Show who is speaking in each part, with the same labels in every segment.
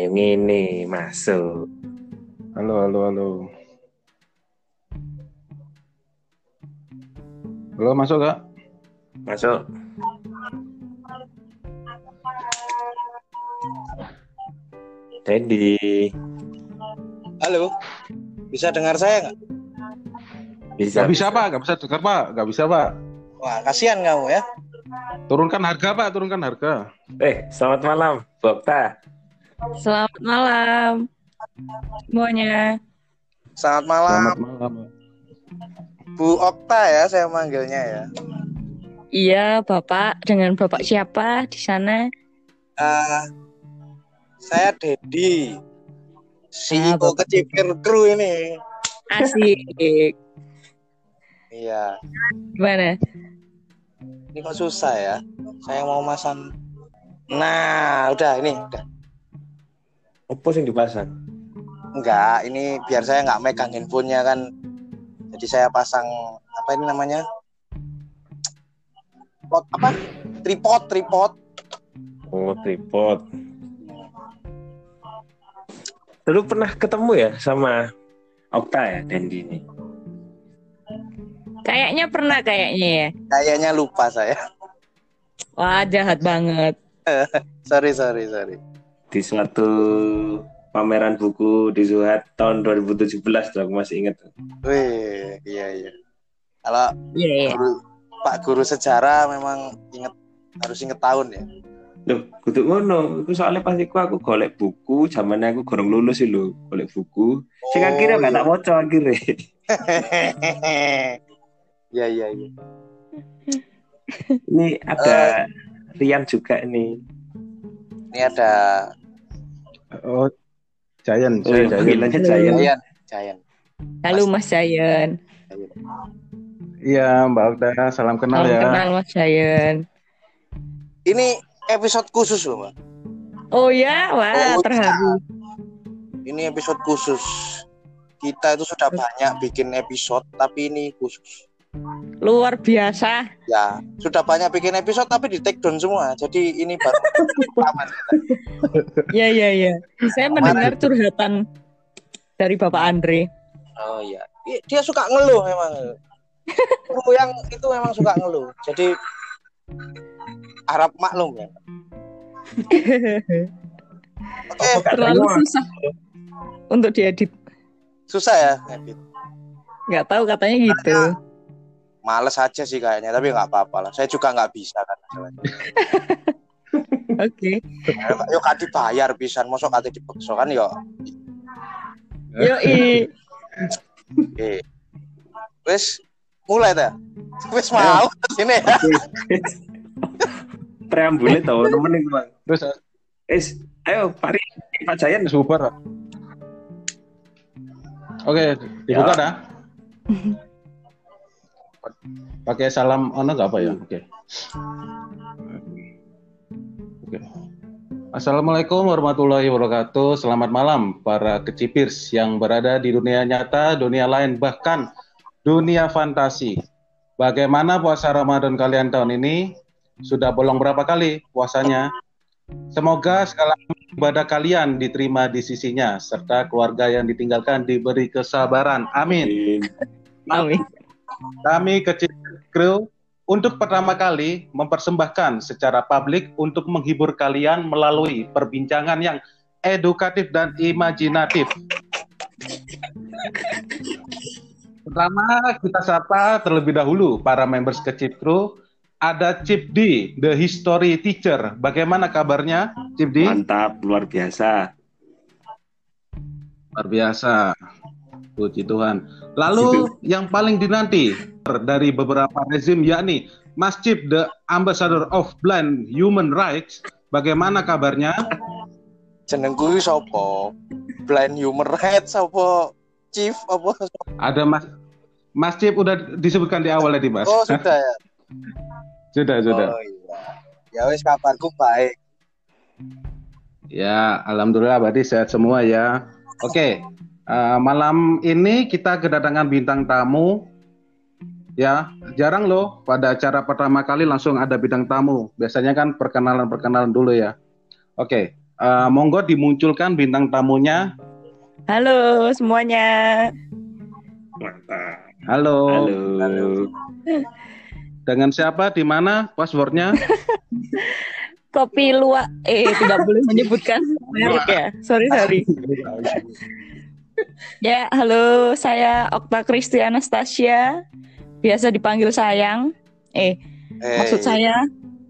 Speaker 1: Ayo ngene, masuk.
Speaker 2: Halo, halo, halo. Halo, masuk Kak?
Speaker 1: Masuk. Jadi,
Speaker 3: Halo, bisa dengar saya nggak?
Speaker 1: bisa.
Speaker 2: Gak bisa Pak, gak bisa dengar Pak, gak bisa Pak.
Speaker 3: Wah, kasihan kamu ya.
Speaker 2: Turunkan harga Pak, turunkan harga.
Speaker 1: Selamat malam, Bokta.
Speaker 4: Selamat malam semuanya.
Speaker 3: Selamat malam,
Speaker 2: Selamat malam.
Speaker 3: Bu Okta ya, saya manggilnya ya.
Speaker 4: Iya, Bapak. Dengan Bapak siapa di sana?
Speaker 3: Saya Dedi, CEO
Speaker 4: Bapak.
Speaker 3: Kecipir Kru ini.
Speaker 4: Asik.
Speaker 3: Iya,
Speaker 4: Gimana?
Speaker 3: ini kok susah ya. Saya mau masang. Nah, udah ini, udah.
Speaker 1: Apa sing dipasang?
Speaker 3: Enggak, ini biar saya nggak megang handphonenya kan. Jadi saya pasang apa ini namanya? Tripod.
Speaker 1: Oh, tripod. Dulu pernah ketemu ya sama Okta ya, Dendi ini?
Speaker 4: Kayaknya pernah ya.
Speaker 3: Kayaknya lupa saya.
Speaker 4: Wah, jahat banget.
Speaker 3: Sorry.
Speaker 1: Di suatu pameran buku di Zuhad tahun 2017, aku masih ingat.
Speaker 3: Wih, iya. Kalau
Speaker 4: Iya.
Speaker 3: Pak guru sejarah memang harus inget tahun ya.
Speaker 1: Loh, kudu ngono. Iku soalnya pas iku aku golek buku, zamannya aku gorong lulus sih lho, golek buku. Sing akhirnya gak tak waca akhirnya.
Speaker 3: Iya.
Speaker 1: Ini ada Rian juga ini.
Speaker 3: Ini ada
Speaker 2: Oh, Giant.
Speaker 1: Oh, iya, panggilannya
Speaker 3: Giant.
Speaker 4: Halo Mas Jayan.
Speaker 2: Iya, Mbak Okta, salam kenal ya.
Speaker 4: Salam kenal Mas Jayan.
Speaker 3: Ini episode khusus loh, Mbak.
Speaker 4: Oh ya, wah terharu.
Speaker 3: Ini episode khusus. Kita itu sudah banyak bikin episode, tapi ini khusus.
Speaker 4: Luar biasa.
Speaker 3: Ya, sudah banyak bikin episode tapi di take down semua. Jadi ini baru pertama kita.
Speaker 4: Iya. Saya mendengar curhatan dari Bapak Andre.
Speaker 3: Oh iya. Dia suka ngeluh memang. Guru yang itu memang suka ngeluh. Jadi harap maklum ya. Oke,
Speaker 4: Terlalu susah untuk diedit.
Speaker 3: susah ya, edit.
Speaker 4: Nggak tahu katanya gitu.
Speaker 3: Males aja sih kayaknya, tapi nggak apa-apa lah. Saya juga nggak bisa kan.
Speaker 4: Oke.
Speaker 3: Yuk kadi bayar pisan, mosok kadi dipaksa kan yo.
Speaker 4: Yoi.
Speaker 3: Oke. Wes mulai ta? Wes mau sini ya.
Speaker 1: Preambule tau temen iku, Bang.
Speaker 2: Terus
Speaker 1: Ayo, Pak Jayan.
Speaker 2: super. Oke, dibuka dah. Pakai salam ono enggak apa ya? Oke. Assalamualaikum warahmatullahi wabarakatuh. Selamat malam para kecipirs yang berada di dunia nyata, dunia lain, bahkan dunia fantasi. Bagaimana puasa Ramadan kalian tahun ini? Sudah bolong berapa kali puasanya? Semoga segala ibadah kalian diterima di sisinya, serta keluarga yang ditinggalkan diberi kesabaran. Amin.
Speaker 4: Amin.
Speaker 2: Kami Kecil Kru untuk pertama kali mempersembahkan secara publik untuk menghibur kalian melalui perbincangan yang edukatif dan imajinatif. Pertama kita sapa terlebih dahulu para members Kecil Kru. Ada Cip D, the history teacher. Bagaimana kabarnya, Cip D?
Speaker 1: Mantap, luar biasa.
Speaker 2: Luar biasa. Puji Tuhan. Lalu yang paling dinanti dari beberapa rezim yakni Mas Cip, the ambassador of blind human rights. Bagaimana kabarnya?
Speaker 3: Jenengku iki sapa? Blind human rights apa? Chief apa?
Speaker 2: Ada Mas Cip udah disebutkan di awal tadi, Mas.
Speaker 3: Oh, sudah ya.
Speaker 2: Sudah.
Speaker 3: Oh iya. Ya wis kabarku baik.
Speaker 2: Ya, alhamdulillah berarti sehat semua ya. Oke. Malam ini kita kedatangan bintang tamu. Ya, jarang loh pada acara pertama kali langsung ada bintang tamu. Biasanya kan perkenalan dulu ya. Oke. Monggo dimunculkan bintang tamunya.
Speaker 4: Halo semuanya.
Speaker 1: Mantap.
Speaker 2: Halo.
Speaker 1: Halo.
Speaker 2: Dengan siapa? Di mana? Passwordnya?
Speaker 4: Kopi luwak. Tidak boleh menyebutkan merek ya. Sorry. Ya, halo. Saya Okta Kristi Anastasia. Biasa dipanggil sayang. Maksud saya.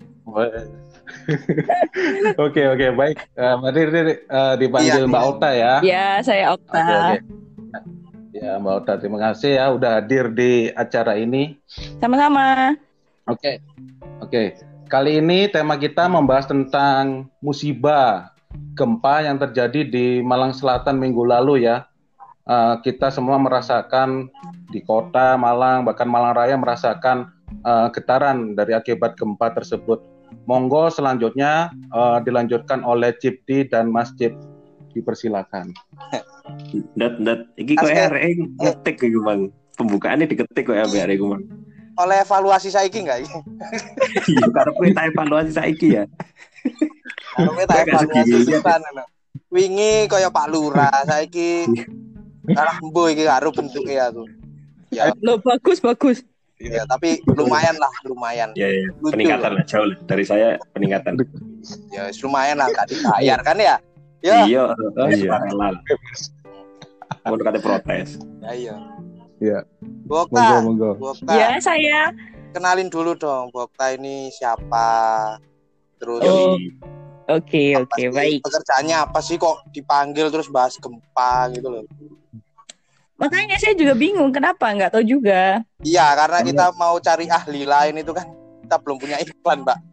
Speaker 2: Oke, baik. Berarti dipanggil Mbak Okta ya?
Speaker 4: Ya, saya Okta.
Speaker 2: Oke. Ya, Mbak Okta, terima kasih ya udah hadir di acara ini.
Speaker 4: Sama-sama.
Speaker 2: Oke. Kali ini tema kita membahas tentang musibah gempa yang terjadi di Malang Selatan minggu lalu ya. Kita semua merasakan di kota Malang, bahkan Malang Raya merasakan getaran dari akibat gempa tersebut. Monggo selanjutnya dilanjutkan oleh Cipti dan Mas Cip. Dipersilakan.
Speaker 1: Iki kok arek ngetik iki, Bang. Pembukaannya diketik kok ya arek iku, Bang.
Speaker 3: Oleh evaluasi saiki enggak?
Speaker 1: Iya, karep tak evaluasi saiki ya.
Speaker 3: Karep tak evaluasi sisan. Wingi kaya Pak Lurah, saiki arah mbo iki karo bentuke aku. Ya,
Speaker 4: Lo bagus.
Speaker 3: ya, tapi lumayan.
Speaker 1: Ya. Peningkatan lah, jauh lah. Dari saya peningkatan.
Speaker 3: Ya, lumayan lah, gak dibayar kan ya? Ya.
Speaker 1: Iya. Mau kata protes.
Speaker 3: Ya.
Speaker 2: Iya.
Speaker 3: Bokta.
Speaker 2: Monggo.
Speaker 3: Bokta.
Speaker 4: Ya, saya.
Speaker 3: Kenalin dulu dong, Bokta ini siapa? Terus
Speaker 4: Oke, baik.
Speaker 3: pekerjaannya apa sih kok dipanggil terus bahas gempa gitu loh?
Speaker 4: Makanya saya juga bingung kenapa, nggak tahu juga.
Speaker 3: Iya, karena kita mau cari ahli lain itu kan kita belum punya iklan, Mbak.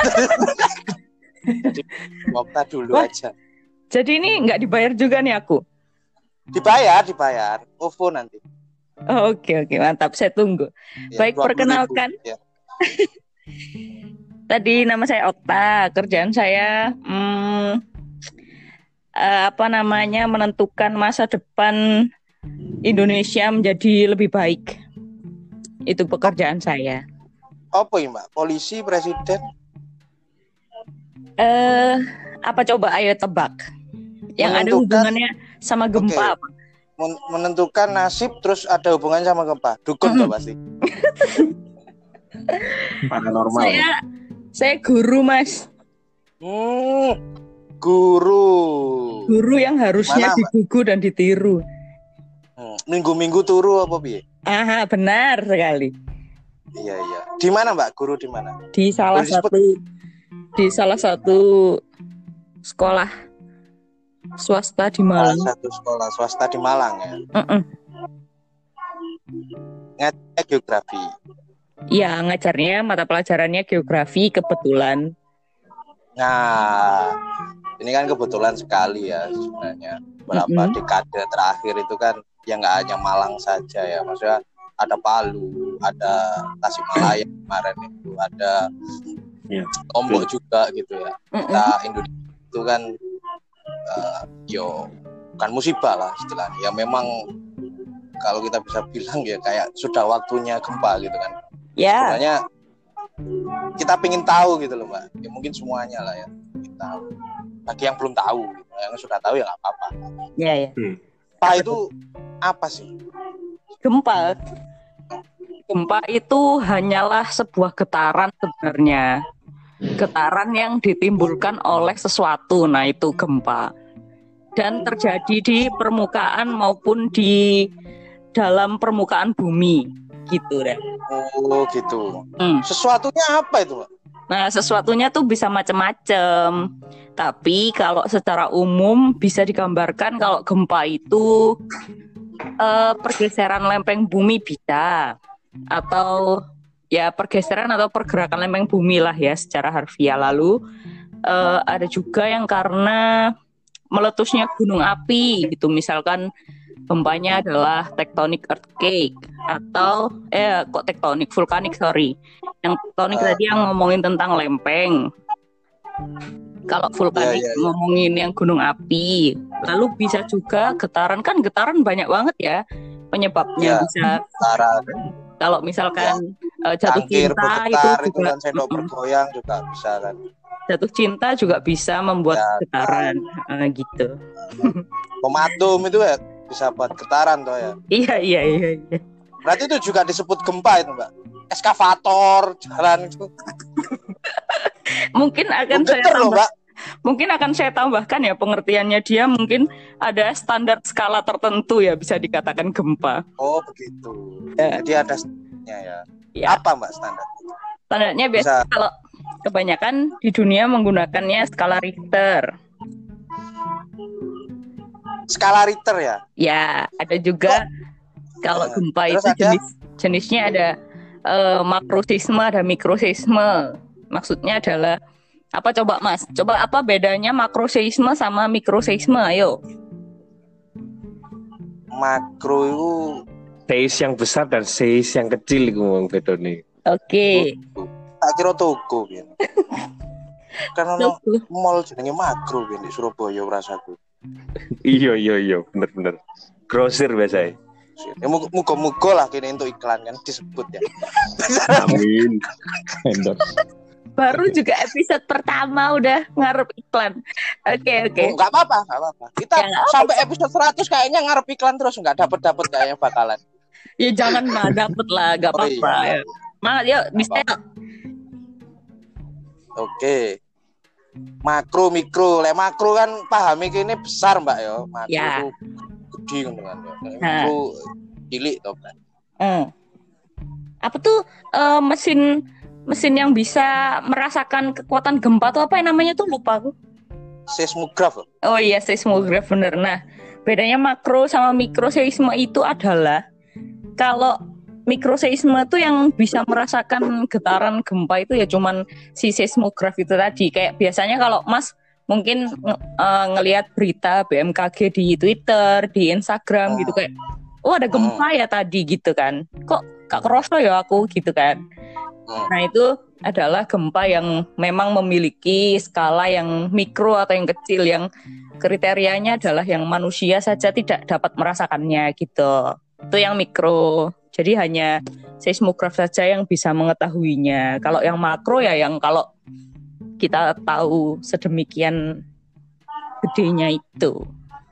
Speaker 3: Jadi Bokta dulu aja.
Speaker 4: Jadi ini nggak dibayar juga nih aku.
Speaker 3: Dibayar. OVO nanti.
Speaker 4: Oke, mantap. Saya tunggu.
Speaker 3: Ya,
Speaker 4: Baik,
Speaker 3: 20.000.
Speaker 4: perkenalkan.
Speaker 3: Ya.
Speaker 4: Tadi nama saya Okta. Kerjaan saya menentukan masa depan Indonesia menjadi lebih baik. Itu pekerjaan saya.
Speaker 3: Apa ya, Mbak? Polisi, presiden?
Speaker 4: Apa coba ayo tebak? Yang ada hubungannya sama gempa.
Speaker 3: Okay. Menentukan nasib terus ada hubungannya sama gempa. Dukun tuh pasti.
Speaker 1: Paranormal.
Speaker 4: Saya guru, Mas. Guru yang harusnya digugu dan ditiru.
Speaker 3: Minggu-minggu turu apa piye?
Speaker 4: Aha, benar sekali.
Speaker 3: Iya. Di mana, Mbak? Guru di mana?
Speaker 4: Di salah satu sekolah swasta di Malang.
Speaker 3: Satu sekolah swasta di Malang ya. Ngajar geografi.
Speaker 4: Iya, ngajarnya mata pelajarannya geografi kebetulan.
Speaker 3: Nah, ini kan kebetulan sekali ya sebenarnya. Berapa dekade terakhir itu kan ya nggak hanya Malang saja ya, maksudnya ada Palu, ada Tasikmalaya kemarin itu, ada Lombok juga gitu ya. Kita Indonesia itu kan bukan musibah lah istilahnya. Ya memang kalau kita bisa bilang ya kayak sudah waktunya gempa gitu kan.
Speaker 4: Ya.
Speaker 3: Sebenarnya kita pengen tahu gitu loh, Mbak. Ya mungkin semuanya lah ya. Kita bagi yang belum tahu, gitu. Yang sudah tahu ya nggak apa-apa.
Speaker 4: Iya.
Speaker 3: Gempa itu apa sih?
Speaker 4: Gempa itu hanyalah sebuah getaran sebenarnya. Getaran yang ditimbulkan oleh sesuatu, nah itu gempa. Dan terjadi di permukaan maupun di dalam permukaan bumi, gitu deh.
Speaker 3: Oh gitu. Sesuatunya apa itu, Mbak?
Speaker 4: Nah, sesuatunya tuh bisa macam-macam. Tapi kalau secara umum bisa digambarkan kalau gempa itu pergeseran lempeng bumi bisa, atau ya pergeseran atau pergerakan lempeng bumi lah ya secara harfiah. Lalu ada juga yang karena meletusnya gunung api gitu, misalkan gempanya adalah tectonic earthquake atau vulkanik. Yang tektonik tadi yang ngomongin tentang lempeng. Kalau vulkanik ngomongin yang gunung api. Lalu bisa juga getaran, kan getaran banyak banget ya penyebabnya. Bisa kalau misalkan jatuh
Speaker 3: Cangkir,
Speaker 4: cinta
Speaker 3: bergetar,
Speaker 4: itu juga
Speaker 3: kan sendok bergoyang juga bisa kan.
Speaker 4: Jatuh cinta juga bisa membuat
Speaker 3: Ya.
Speaker 4: getaran, gitu.
Speaker 3: Pematum itu ya bisa buat getaran toh ya.
Speaker 4: Iya.
Speaker 3: Berarti itu juga disebut gempa itu, Mbak. Eskavator jalan itu.
Speaker 4: Mungkin akan saya
Speaker 3: Geter loh, Mbak.
Speaker 4: Mungkin akan saya tambahkan ya pengertiannya dia mungkin ada standar skala tertentu ya bisa dikatakan gempa.
Speaker 3: Oh, begitu.
Speaker 4: Ya.
Speaker 3: Jadi ada standarnya ya.
Speaker 4: Ya.
Speaker 3: Apa, Mbak, standar?
Speaker 4: Standarnya biasa kalau kebanyakan di dunia menggunakannya skala Richter.
Speaker 3: Skala Richter ya?
Speaker 4: Ya, ada juga kalau gempa
Speaker 3: terus
Speaker 4: itu
Speaker 3: ada?
Speaker 4: jenisnya ada makrosisme, ada mikrosisme. Maksudnya adalah apa coba Mas? Coba apa bedanya makrosisme sama mikrosisme? Ayo.
Speaker 3: Makro itu
Speaker 1: Size yang besar dan size yang kecil iku wong bedone.
Speaker 4: Oke.
Speaker 3: tak kira toko gitu. Kan ono
Speaker 4: Toko.
Speaker 3: mall jenenge Makro di Surabaya rasaku.
Speaker 1: Iya, bener. Grosir biasanya.
Speaker 3: Ya muga-muga lah kene untuk iklan kan disebut ya.
Speaker 1: Amin.
Speaker 2: Endorse.
Speaker 4: Baru juga episode pertama udah ngarep iklan. Oke.
Speaker 3: Enggak apa-apa. Kita
Speaker 4: Ya, nggak
Speaker 3: sampai episode 100 kayaknya ngarep iklan terus enggak dapat kayaknya bakalan.
Speaker 4: Ya jangan lah dapet lah, gak
Speaker 3: Oh,
Speaker 4: apa-apa.
Speaker 3: iya.
Speaker 4: Semangat yuk, bisa yuk.
Speaker 3: Oke. Makro mikro. Lek makro kan pahami ini besar, Mbak ya. Makro
Speaker 4: Ya.
Speaker 3: itu gede kan ya. Lek
Speaker 4: Nah.
Speaker 3: mikro cilik toh, Mbak.
Speaker 4: Apa tuh mesin yang bisa merasakan kekuatan gempa tuh apa yang namanya tuh lupa aku.
Speaker 3: Seismograf.
Speaker 4: Oh iya, seismograf bener. Nah, bedanya makro sama mikroseisme itu adalah kalau mikroseisme itu yang bisa merasakan getaran gempa itu ya cuman si seismograf itu tadi. Kayak biasanya kalau Mas mungkin ngelihat berita BMKG di Twitter, di Instagram gitu kayak, oh ada gempa ya tadi gitu kan. Kok gak kerasa ya aku gitu kan. Nah itu adalah gempa yang memang memiliki skala yang mikro atau yang kecil yang kriterianya adalah yang manusia saja tidak dapat merasakannya gitu. Itu yang mikro. Jadi hanya seismograf saja yang bisa mengetahuinya. Kalau yang makro ya yang kalau kita tahu sedemikian gedenya itu.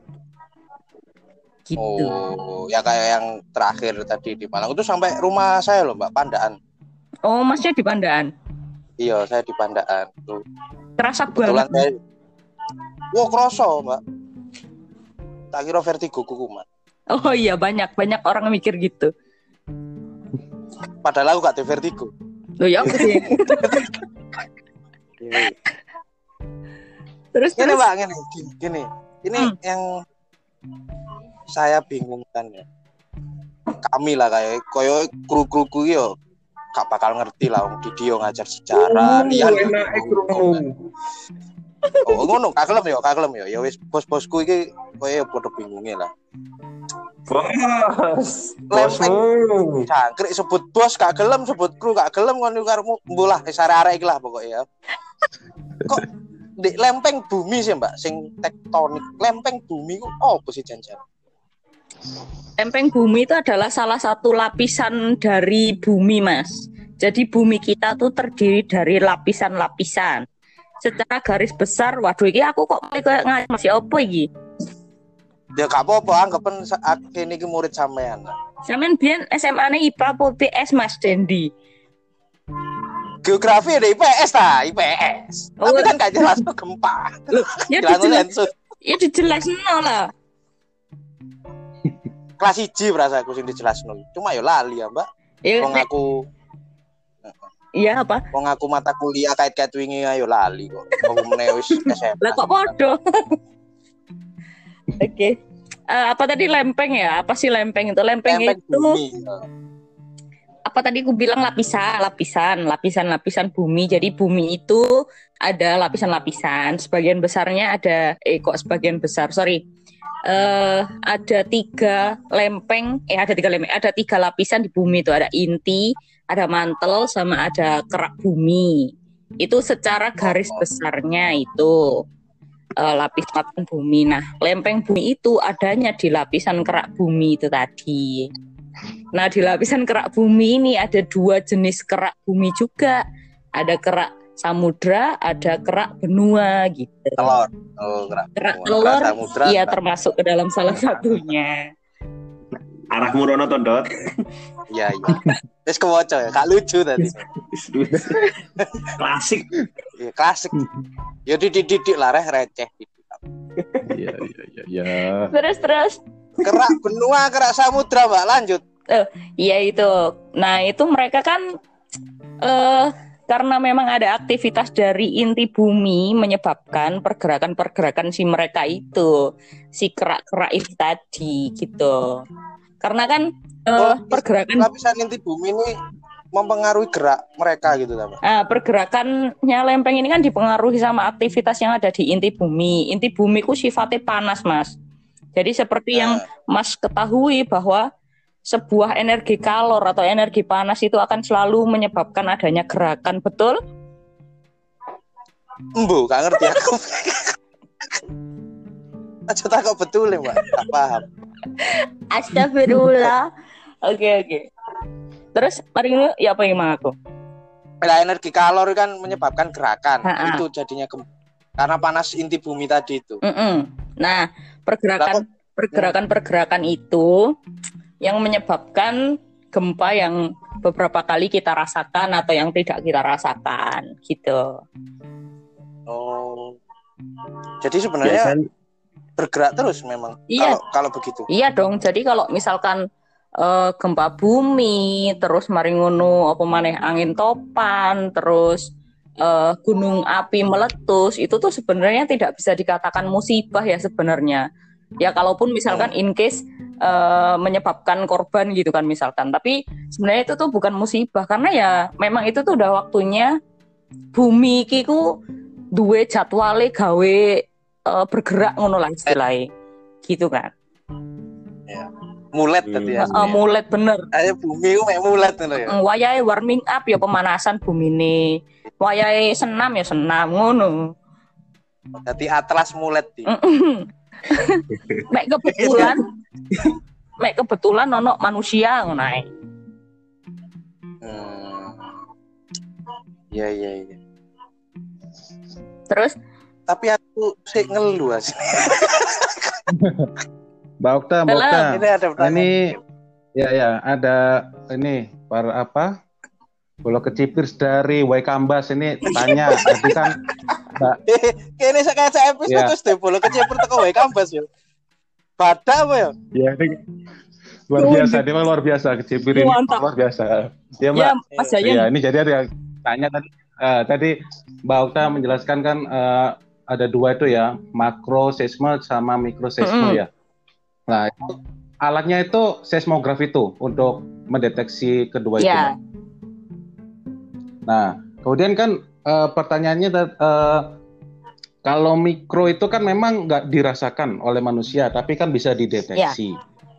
Speaker 4: Gitu.
Speaker 3: Oh, ya kayak yang terakhir tadi di Malang itu sampai rumah saya loh, Mbak, Pandaan.
Speaker 4: Oh, Masnya di Pandaan?
Speaker 3: Iya, saya di Pandaan. Tuh.
Speaker 4: Terasa
Speaker 3: Kebetulan
Speaker 4: banget.
Speaker 3: Wah, kroso, Mbak. Tak kira vertigo kuku, Mbak.
Speaker 4: Oh iya, banyak orang mikir gitu.
Speaker 3: Padahal aku gak ada vertigo.
Speaker 4: Loh ya aku sih. Terus
Speaker 3: Gini, Mbak, gini. Ini yang saya bingungkan ya. Kami lah kayak kru-kru yo gak bakal ngerti lah wong Didio ngajar sejarah. Oh, ngono, kagelem yo. Ya wis bos-bosku iki koyo padha bingunge lah.
Speaker 1: Bosmu.
Speaker 3: Jangkrik sebut bos gak gelem, sebut kru gak gelem ngono karepmu mbulah wis arek-arek iki lah pokoknya ya. Kok di lempeng bumi sih, Mbak, sing tektonik. Lempeng bumi ku opo sih jan-jan?
Speaker 4: lempeng bumi itu adalah salah satu lapisan dari bumi, Mas. Jadi bumi kita tuh terdiri dari lapisan-lapisan. Secara garis besar, waduh iki aku kok kayak masih opo iki?
Speaker 3: Ya gak apa-apa, anggapan kene iki murid sampean.
Speaker 4: Sampeyan biyen SMA-ne IPA apa PS Mas Dendi?
Speaker 3: Geografi ada IPS ta, IPS.
Speaker 4: Oh.
Speaker 3: Tapi kan gak jelas gempa.
Speaker 4: Loh, ya dijelasno lah.
Speaker 3: Kelas 1 berasa aku sing dijelasno. Cuma ya lali ya, Mbak.
Speaker 4: Ya,
Speaker 3: Wong aku
Speaker 4: iya apa?
Speaker 3: wong aku mata kuliah kait-kait wingi ayo lali kok. Wong meneh wis SMA.
Speaker 4: Lah kok podo. Oke. Apa tadi lempeng ya? Apa sih lempeng itu? Lempeng itu
Speaker 3: bumi.
Speaker 4: apa tadi aku bilang lapisan bumi. Jadi bumi itu ada lapisan-lapisan. Sebagian besarnya ada ada tiga lempeng. Ada tiga lapisan di bumi itu. Ada inti, ada mantel, sama ada kerak bumi. Itu secara garis besarnya itu lapisan bumi. Nah, lempeng bumi itu adanya di lapisan kerak bumi itu tadi. Nah, di lapisan kerak bumi ini ada dua jenis kerak bumi juga. Ada kerak samudra, ada kerak benua gitu.
Speaker 3: Telur. Oh,
Speaker 4: Kerak
Speaker 3: benua.
Speaker 4: telur,
Speaker 3: Kerak samudra.
Speaker 4: iya termasuk ke dalam salah satunya.
Speaker 1: Arahmu rono tondot.
Speaker 3: Iya. Wis kewoco ya, gak lucu tadi.
Speaker 1: Klasik.
Speaker 3: Iya, klasik. Ya dididik lah receh.
Speaker 2: Iya.
Speaker 4: Terus.
Speaker 3: Kerak benua, kerak samudra, Mbak, lanjut.
Speaker 4: Iya itu. Nah itu mereka kan karena memang ada aktivitas dari inti bumi menyebabkan pergerakan-pergerakan si mereka itu, si kerak-kerak itu tadi gitu. Karena kan pergerakan
Speaker 3: lapisan inti bumi ini mempengaruhi gerak mereka gitu kan, Pak.
Speaker 4: Pergerakannya lempeng ini kan dipengaruhi sama aktivitas yang ada di inti bumi. Inti bumi ku sifatnya panas, Mas. Jadi seperti yang Mas ketahui bahwa sebuah energi kalor atau energi panas itu akan selalu menyebabkan adanya gerakan, betul?
Speaker 3: Embo, gak ngerti aku. Aja takut betul ya, Mbak. Tak paham.
Speaker 4: Astagfirullah. Oke. Terus mari dulu ya apa yang aku?
Speaker 3: Nah, energi kalor kan menyebabkan gerakan.
Speaker 4: Ha-ha.
Speaker 3: Itu jadinya karena panas inti bumi tadi itu.
Speaker 4: Nah, pergerakan itu yang menyebabkan gempa yang beberapa kali kita rasakan atau yang tidak kita rasakan gitu.
Speaker 3: Oh. Jadi sebenarnya bergerak terus memang.
Speaker 4: Iya.
Speaker 3: Kalau begitu.
Speaker 4: Iya dong. Jadi kalau misalkan gempa bumi, terus mari ngono apa maneh angin topan, terus gunung api meletus, itu tuh sebenarnya tidak bisa dikatakan musibah ya sebenarnya. Ya kalaupun misalkan in case menyebabkan korban gitu kan misalkan, tapi sebenarnya itu tuh bukan musibah karena ya memang itu tuh udah waktunya bumi iki ku duwe jadwale gawe bergerak ngono lah istilahnya gitu kan.
Speaker 3: Ya. Mulet tadi ya.
Speaker 4: Mulet bener.
Speaker 3: Ayo bumi ku mek mulet ngono ya.
Speaker 4: Wayahe warming up ya pemanasan bumine. Wayahe senam ya senam ngono.
Speaker 3: Dadi atlas mulet di.
Speaker 4: Mek kebetulan ono manusia ngono ae.
Speaker 3: Iya.
Speaker 4: Terus
Speaker 3: tapi aku sih ngeluh asli.
Speaker 2: Mbak Okta.
Speaker 3: Ini ada
Speaker 2: ini ya ada ini para apa? Bola kecipirs dari Waikambas ini tanya tadi kan Mbak.
Speaker 3: Kayaknya saya kayak episode terus deh bola kecipirs teko Waikambas ya. Badak apa ya?
Speaker 2: Ya ini luar biasa, dia luar biasa kecipir ini luar biasa. Ya Mbak. Ya, ini jadi ada yang tanya tadi Mbak Okta menjelaskan kan ada dua itu ya, makroseisme sama mikroseisme ya. Nah, itu, alatnya itu seismograf itu untuk mendeteksi kedua itu. Nah, kemudian kan pertanyaannya kalau mikro itu kan memang nggak dirasakan oleh manusia, tapi kan bisa dideteksi.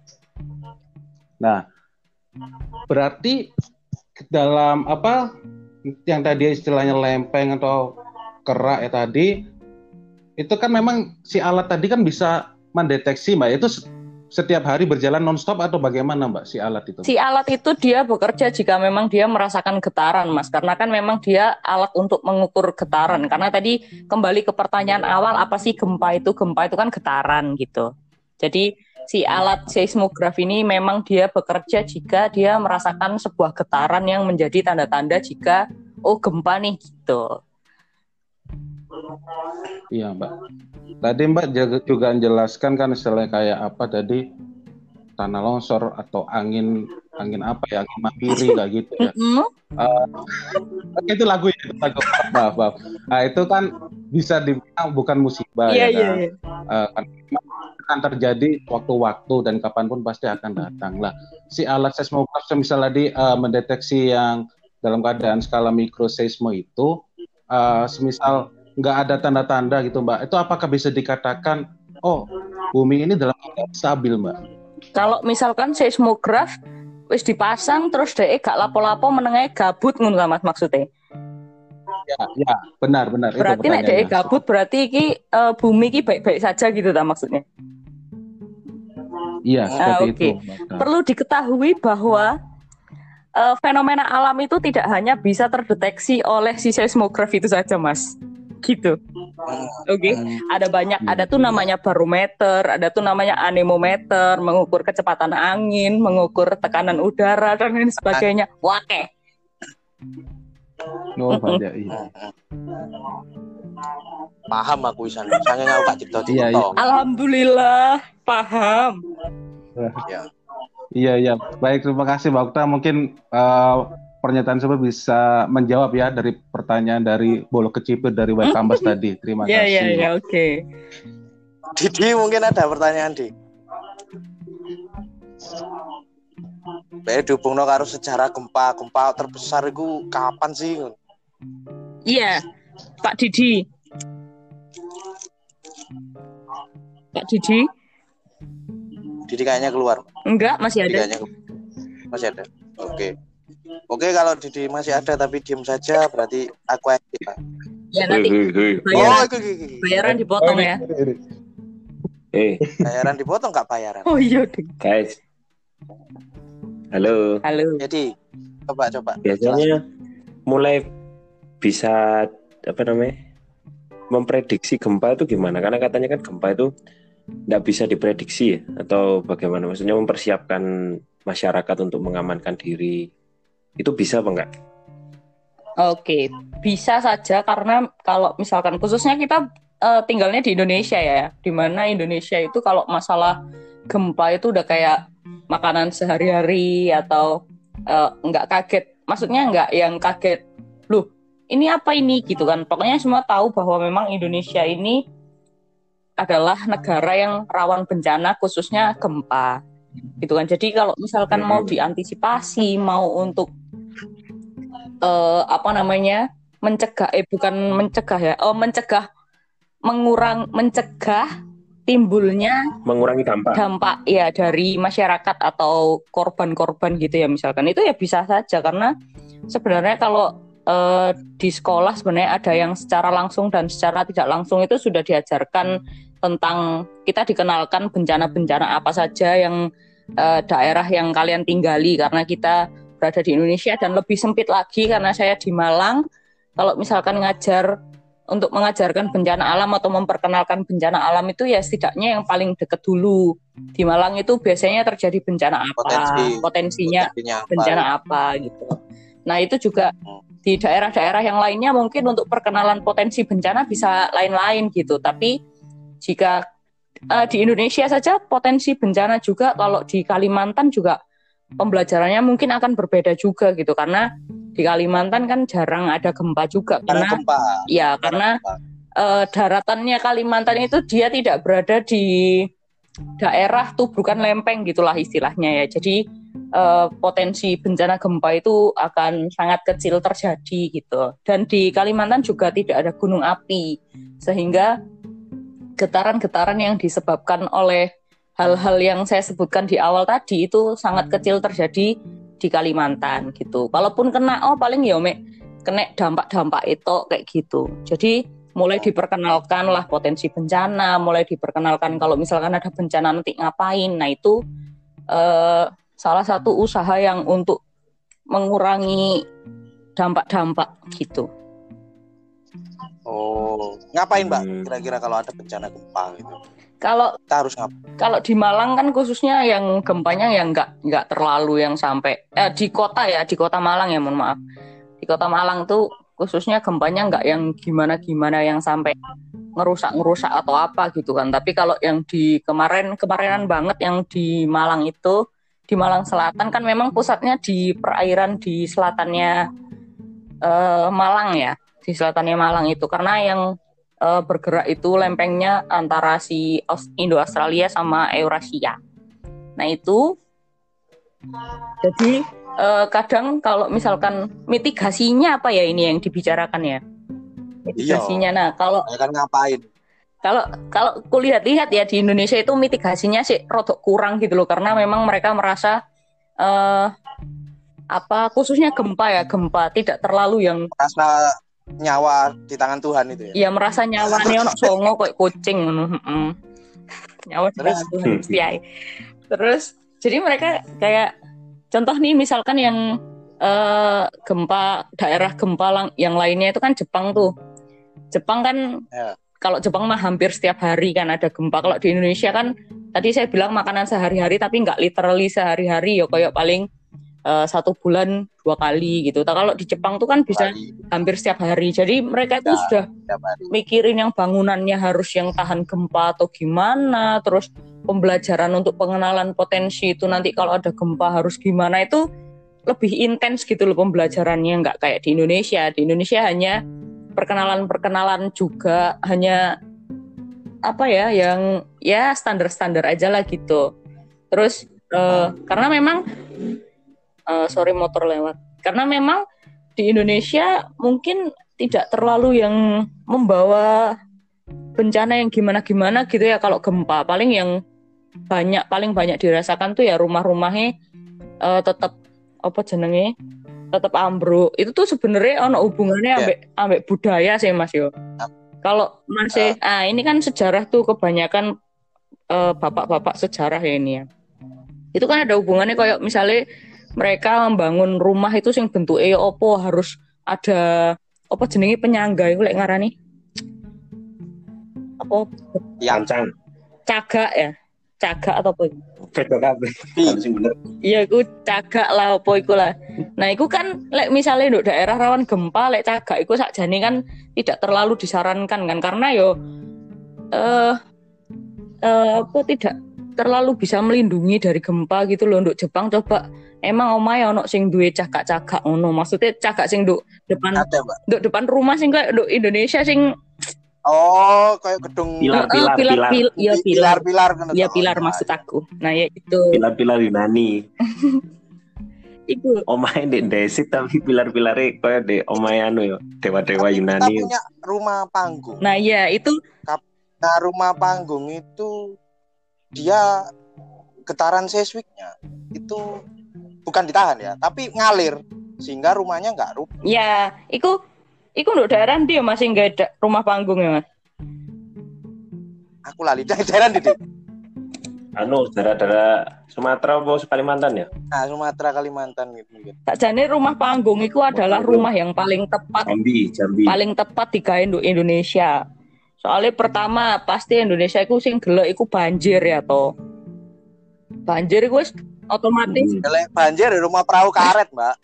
Speaker 2: Nah, berarti dalam apa yang tadi istilahnya lempeng atau kerak ya tadi, itu kan memang si alat tadi kan bisa mendeteksi, Mbak. Itu setiap hari berjalan non-stop atau bagaimana, Mbak, si alat itu? Si alat itu dia bekerja jika memang dia merasakan getaran, Mas. Karena kan memang dia alat untuk mengukur getaran. Karena tadi kembali ke pertanyaan awal, apa sih gempa itu? Gempa itu kan getaran gitu. Jadi si alat seismograf ini memang dia bekerja jika dia merasakan sebuah getaran yang menjadi tanda-tanda jika gempa nih gitu. Iya, Mbak. Tadi Mbak juga menjelaskan kan istilahnya kayak apa tadi, tanah longsor atau angin apa ya, angin mampiri kayak gitu ya. Itu lagu. Maaf. Nah, itu kan bisa dibilang bukan musibah ya kan. Akan terjadi waktu-waktu dan kapanpun pasti akan datang lah. Si alat seismograf misalnya mendeteksi yang dalam keadaan skala mikroseisme itu, semisal nggak ada tanda-tanda gitu, Mbak. Itu apakah bisa dikatakan, bumi ini dalam keadaan stabil, Mbak? Kalau misalkan seismograf wis dipasang terus dhek gak lapo-lapo menengae gabut ngono Mas maksudnya. Ya, benar. Berarti nek dhek gabut berarti iki bumi iki baik-baik saja gitu ta maksudnya. Iya, seperti itu. Perlu diketahui bahwa
Speaker 4: fenomena alam itu tidak hanya bisa terdeteksi oleh si seismograf itu saja, Mas. Gitu. Oke. Ada banyak, ada tuh namanya barometer, ada tuh namanya anemometer, mengukur kecepatan angin, mengukur tekanan udara dan lain sebagainya. Wake.
Speaker 2: Oh, banyak. Iya.
Speaker 3: Paham aku isan. Sange aku gak cipta.
Speaker 2: Iya.
Speaker 4: Alhamdulillah, paham.
Speaker 3: Ya.
Speaker 2: Iya. Baik, terima kasih Mbak Okta. Mungkin pernyataan saya bisa menjawab ya dari pertanyaan dari Bolo Kecipir dari Web Campus tadi. Terima kasih.
Speaker 4: Iya, oke.
Speaker 3: Didi mungkin ada pertanyaan, Di. Dihubungno karo sejarah gempa terbesar itu kapan sih?
Speaker 4: Iya, Pak Didi.
Speaker 3: Didi kayaknya keluar.
Speaker 4: Enggak, masih ada.
Speaker 3: Masih ada. Oke, kalau Didi masih ada tapi diem saja berarti aku aja.
Speaker 4: Ya nanti bayaran dipotong ya.
Speaker 3: Bayaran dipotong nggak bayaran?
Speaker 4: Oh iya deh.
Speaker 1: Guys. Halo.
Speaker 3: Jadi coba.
Speaker 1: Biasanya mulai bisa memprediksi gempa itu gimana? Karena katanya kan gempa itu nggak bisa diprediksi ya, atau bagaimana? Maksudnya mempersiapkan masyarakat untuk mengamankan diri itu bisa apa enggak?
Speaker 4: Oke, bisa saja karena kalau misalkan khususnya kita tinggalnya di Indonesia ya, di mana Indonesia itu kalau masalah gempa itu udah kayak makanan sehari-hari atau nggak kaget, maksudnya nggak yang kaget, loh ini apa ini gitu kan. Pokoknya semua tahu bahwa memang Indonesia ini adalah negara yang rawan bencana khususnya gempa gitu kan. Jadi kalau misalkan mau diantisipasi, mau untuk mencegah timbulnya
Speaker 1: mengurangi dampak
Speaker 4: ya dari masyarakat atau korban-korban gitu ya misalkan, itu ya bisa saja. Karena sebenarnya kalau di sekolah sebenarnya ada yang secara langsung dan secara tidak langsung itu sudah diajarkan tentang, kita dikenalkan bencana-bencana apa saja yang daerah yang kalian tinggali, karena kita berada di Indonesia. Dan lebih sempit lagi karena saya di Malang, kalau misalkan untuk mengajarkan bencana alam atau memperkenalkan bencana alam itu ya setidaknya yang paling dekat dulu. Di Malang itu biasanya terjadi bencana apa, potensinya bencana apa gitu. Nah itu juga di daerah-daerah yang lainnya mungkin untuk perkenalan potensi bencana bisa lain-lain gitu. Tapi jika di Indonesia saja potensi bencana juga, kalau di Kalimantan juga pembelajarannya mungkin akan berbeda juga gitu, karena di Kalimantan kan jarang ada gempa juga karena daratannya Kalimantan itu dia tidak berada di daerah tubrukan lempeng gitulah istilahnya ya. Jadi potensi bencana gempa itu akan sangat kecil terjadi gitu. Dan di Kalimantan juga tidak ada gunung api, sehingga getaran-getaran yang disebabkan oleh hal-hal yang saya sebutkan di awal tadi itu sangat kecil terjadi di Kalimantan gitu. Kalaupun kena paling ya kena dampak-dampak itu kayak gitu. Jadi mulai diperkenalkan lah potensi bencana, mulai diperkenalkan kalau misalkan ada bencana nanti ngapain. Nah itu salah satu usaha yang untuk mengurangi dampak-dampak gitu.
Speaker 3: Oh, ngapain Mbak kira-kira kalau ada bencana gempa gitu?
Speaker 4: Kalau
Speaker 3: kita harus ngapain?
Speaker 4: Kalau di Malang kan khususnya yang gempanya yang nggak terlalu yang sampai di kota Malang ya, mohon maaf. Di kota Malang tuh khususnya gempanya nggak yang gimana-gimana yang sampai ngerusak atau apa gitu kan. Tapi kalau yang di kemarinan banget yang di Malang itu, di Malang Selatan kan memang pusatnya di perairan di selatannya Malang ya. Di selatannya Malang itu, karena yang bergerak itu lempengnya antara si Indo-Australia sama Eurasia. Nah itu jadi kadang kalau misalkan mitigasinya apa ya ini yang dibicarakan ya, mitigasinya. Nah kalau
Speaker 3: kan ngapain?
Speaker 4: Kalau kulihat-lihat ya di Indonesia itu mitigasinya sih rodok kurang gitu loh, karena memang mereka merasa khususnya gempa tidak terlalu yang
Speaker 3: merasa nyawa di tangan Tuhan itu ya.
Speaker 4: Iya, merasa nyawanya ono songo kayak kucing ngono. Nyawa di tangan Tuhan mesti ae. Terus jadi mereka kayak contoh nih misalkan yang gempa daerah gempa yang lainnya itu kan Jepang tuh. Jepang kan kalau Jepang mah hampir setiap hari kan ada gempa. Kalau di Indonesia kan tadi saya bilang makanan sehari-hari tapi nggak literally sehari-hari ya kayak paling 1 bulan 2 kali gitu. Kalau di Jepang tuh kan bisa hampir setiap hari. Jadi mereka itu sudah mikirin yang bangunannya harus yang tahan gempa atau gimana. Terus pembelajaran untuk pengenalan potensi itu nanti kalau ada gempa harus gimana itu lebih intens gitu loh pembelajarannya. Nggak kayak di Indonesia. Di Indonesia hanya perkenalan juga, hanya apa ya yang ya standar-standar aja lah gitu. Terus karena memang sorry motor lewat. Karena memang di Indonesia mungkin tidak terlalu yang membawa bencana yang gimana-gimana gitu ya kalau gempa. Paling yang paling banyak dirasakan tuh ya rumah-rumahnya tetap apa jenenge? Tetap ambruk. Itu tuh sebenarnya ono hubungannya ambek budaya sih Mas yo. Kalau masih ini kan sejarah tuh kebanyakan bapak-bapak sejarah ya ini ya. Itu kan ada hubungannya kayak misalnya mereka membangun rumah itu sing bentuke opo harus ada apa jenenge penyangga iku lek ngarani. Apa?
Speaker 1: Yang
Speaker 4: Cagak ya. Cagak atau apa?
Speaker 1: Beda kabeh. Harus bener.
Speaker 4: Iya, iku cagak lah apa iku lah. Nah, iku kan lek misalnya nduk daerah rawan gempa lek cagak iku sakjane kan tidak terlalu disarankan kan karena yo apa tidak terlalu bisa melindungi dari gempa gitu loh. Nduk Jepang coba emang omahe ono sing duwe cagak-cagak ngono. Maksudnya cagak sing nduk depan rumah sing kayak nduk Indonesia sing
Speaker 3: kayak gedung
Speaker 4: pilar maksud aku. Nah, ya itu.
Speaker 1: Pilar-pilar Yunani.
Speaker 4: Iku
Speaker 1: omahe ndek desit tapi pilar-pilare kayak de omahe anu yo, dewa-dewa Yunani.
Speaker 3: Kita punya rumah panggung.
Speaker 4: Nah, ya itu.
Speaker 3: Nah, rumah panggung itu dia getaran seismiknya itu bukan ditahan ya, tapi ngalir sehingga rumahnya enggak rubuh.
Speaker 4: Ya, Iku nduk daerah ndi ya masih enggak ada rumah panggung ya, Mas?
Speaker 3: Aku lali daerah ndi.
Speaker 1: Daerah Sumatera atau Kalimantan ya?
Speaker 3: Nah, Sumatera Kalimantan gitu mungkin.
Speaker 4: Sakjane rumah panggung itu adalah rumah yang paling tepat.
Speaker 1: Jambi.
Speaker 4: Paling tepat digawe nduk Indonesia. Soalnya pertama pasti Indonesia iku sing gelek iku banjir ya to. Banjir iku wis otomatis.
Speaker 3: Banjir di rumah perahu karet, Mbak.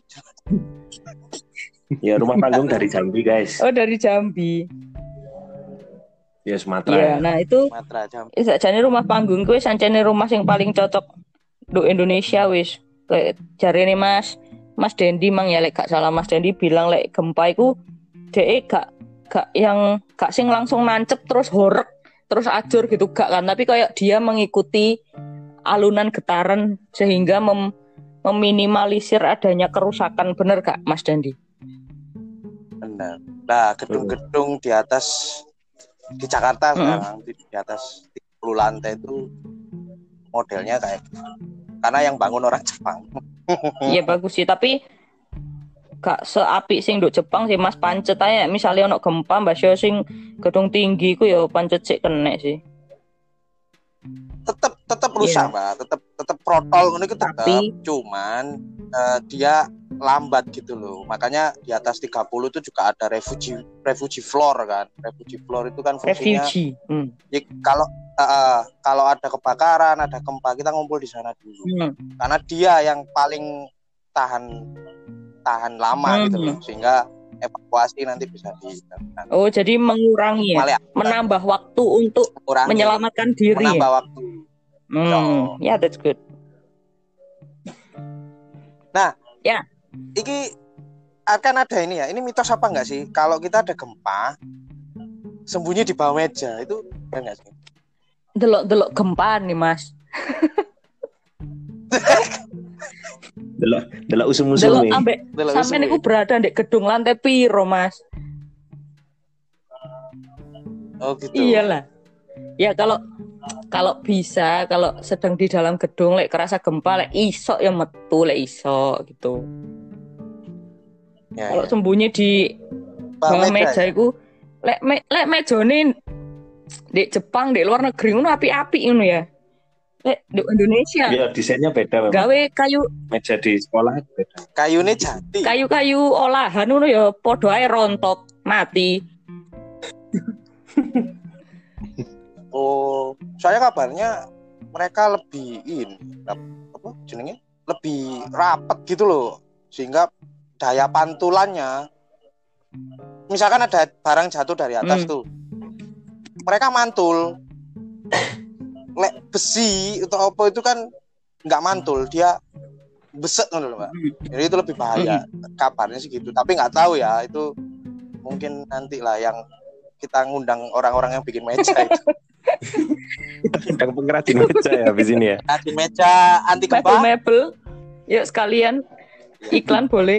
Speaker 1: Ya rumah panggung dari Jambi, guys.
Speaker 4: Oh, dari Jambi.
Speaker 1: Ya Sumatera.
Speaker 4: Iya, nah itu
Speaker 3: Sumatera Jambi.
Speaker 4: Sakjane rumah panggung kuwi sancene rumah sing paling cocok nduk Indonesia wis. Lek jarene Mas Dendi mang ya lek gak salah Mas Dendi bilang lek gempa iku dhek gak sing langsung nancep terus horeg terus ajur gitu gak kan, tapi kayak dia mengikuti alunan getaran sehingga meminimalisir adanya kerusakan. Bener gak Mas Dendi?
Speaker 3: Benar. Nah, gedung-gedung di atas di Jakarta sekarang di atas 30 lantai itu modelnya kayak karena yang bangun orang Jepang.
Speaker 4: Iya bagus sih, tapi gak seapik sing nduk Jepang sih Mas. Pancet ae misalnya ono gempa mbak sing gedung tinggi ku ya pancet sik kena sih.
Speaker 3: Tetap rusak, Mbak. Tetap protol ngono iku tetap, cuman dia lambat gitu loh. Makanya di atas 30 itu juga ada refugee floor kan. Refugee floor itu kan fungsinya ya, kalau ada kebakaran, ada gempa, kita ngumpul di sana dulu. Karena dia yang paling tahan lama gitu loh, sehingga evakuasi nanti bisa dilakukan.
Speaker 4: Oh, jadi mengurangi ya? Menambah waktu untuk menyelamatkan diri.
Speaker 3: Menambah waktu.
Speaker 4: Ya, that's good.
Speaker 3: Nah,
Speaker 4: ya.
Speaker 3: Iki akan ada ini ya. Ini mitos apa enggak sih? Kalau kita ada gempa, sembunyi di bawah meja itu enggak sih?
Speaker 4: Delok gempa nih, Mas.
Speaker 1: Delok usum-usum nih.
Speaker 4: Sampai niku berada di gedung lantai piro, Mas?
Speaker 3: Oh gitu.
Speaker 4: Iyalah. Ya kalau bisa, kalau sedang di dalam gedung lek kerasa gempa lek iso ya metu lek iso gitu. Ya, kalau sembunyi di bawah meja iku lek mejane di Jepang di luar negeri ngono api-api ngono ya. Di Indonesia
Speaker 1: Ya desainnya beda memang.
Speaker 4: gawe kayu
Speaker 1: Meja di sekolah beda.
Speaker 3: Kayune jati.
Speaker 4: kayu-kayu olahan ngono ya padha ae rontok mati.
Speaker 3: Oh, soalnya kabarnya mereka lebih ini apa jenenge? Lebih rapat gitu loh. Sehingga daya pantulannya misalkan ada barang jatuh dari atas tuh. Mereka mantul. Lek besi atau apa itu kan nggak mantul, dia beset ngono loh, Mbak. Jadi itu lebih bahaya. Kabarnya sih gitu, tapi nggak tahu ya, itu mungkin nanti lah yang kita ngundang orang-orang yang bikin meja itu.
Speaker 1: Undang pengrajin meja ya di sini ya.
Speaker 3: Nanti meja anti gempa.
Speaker 4: Mebel. Yuk sekalian iklan boleh.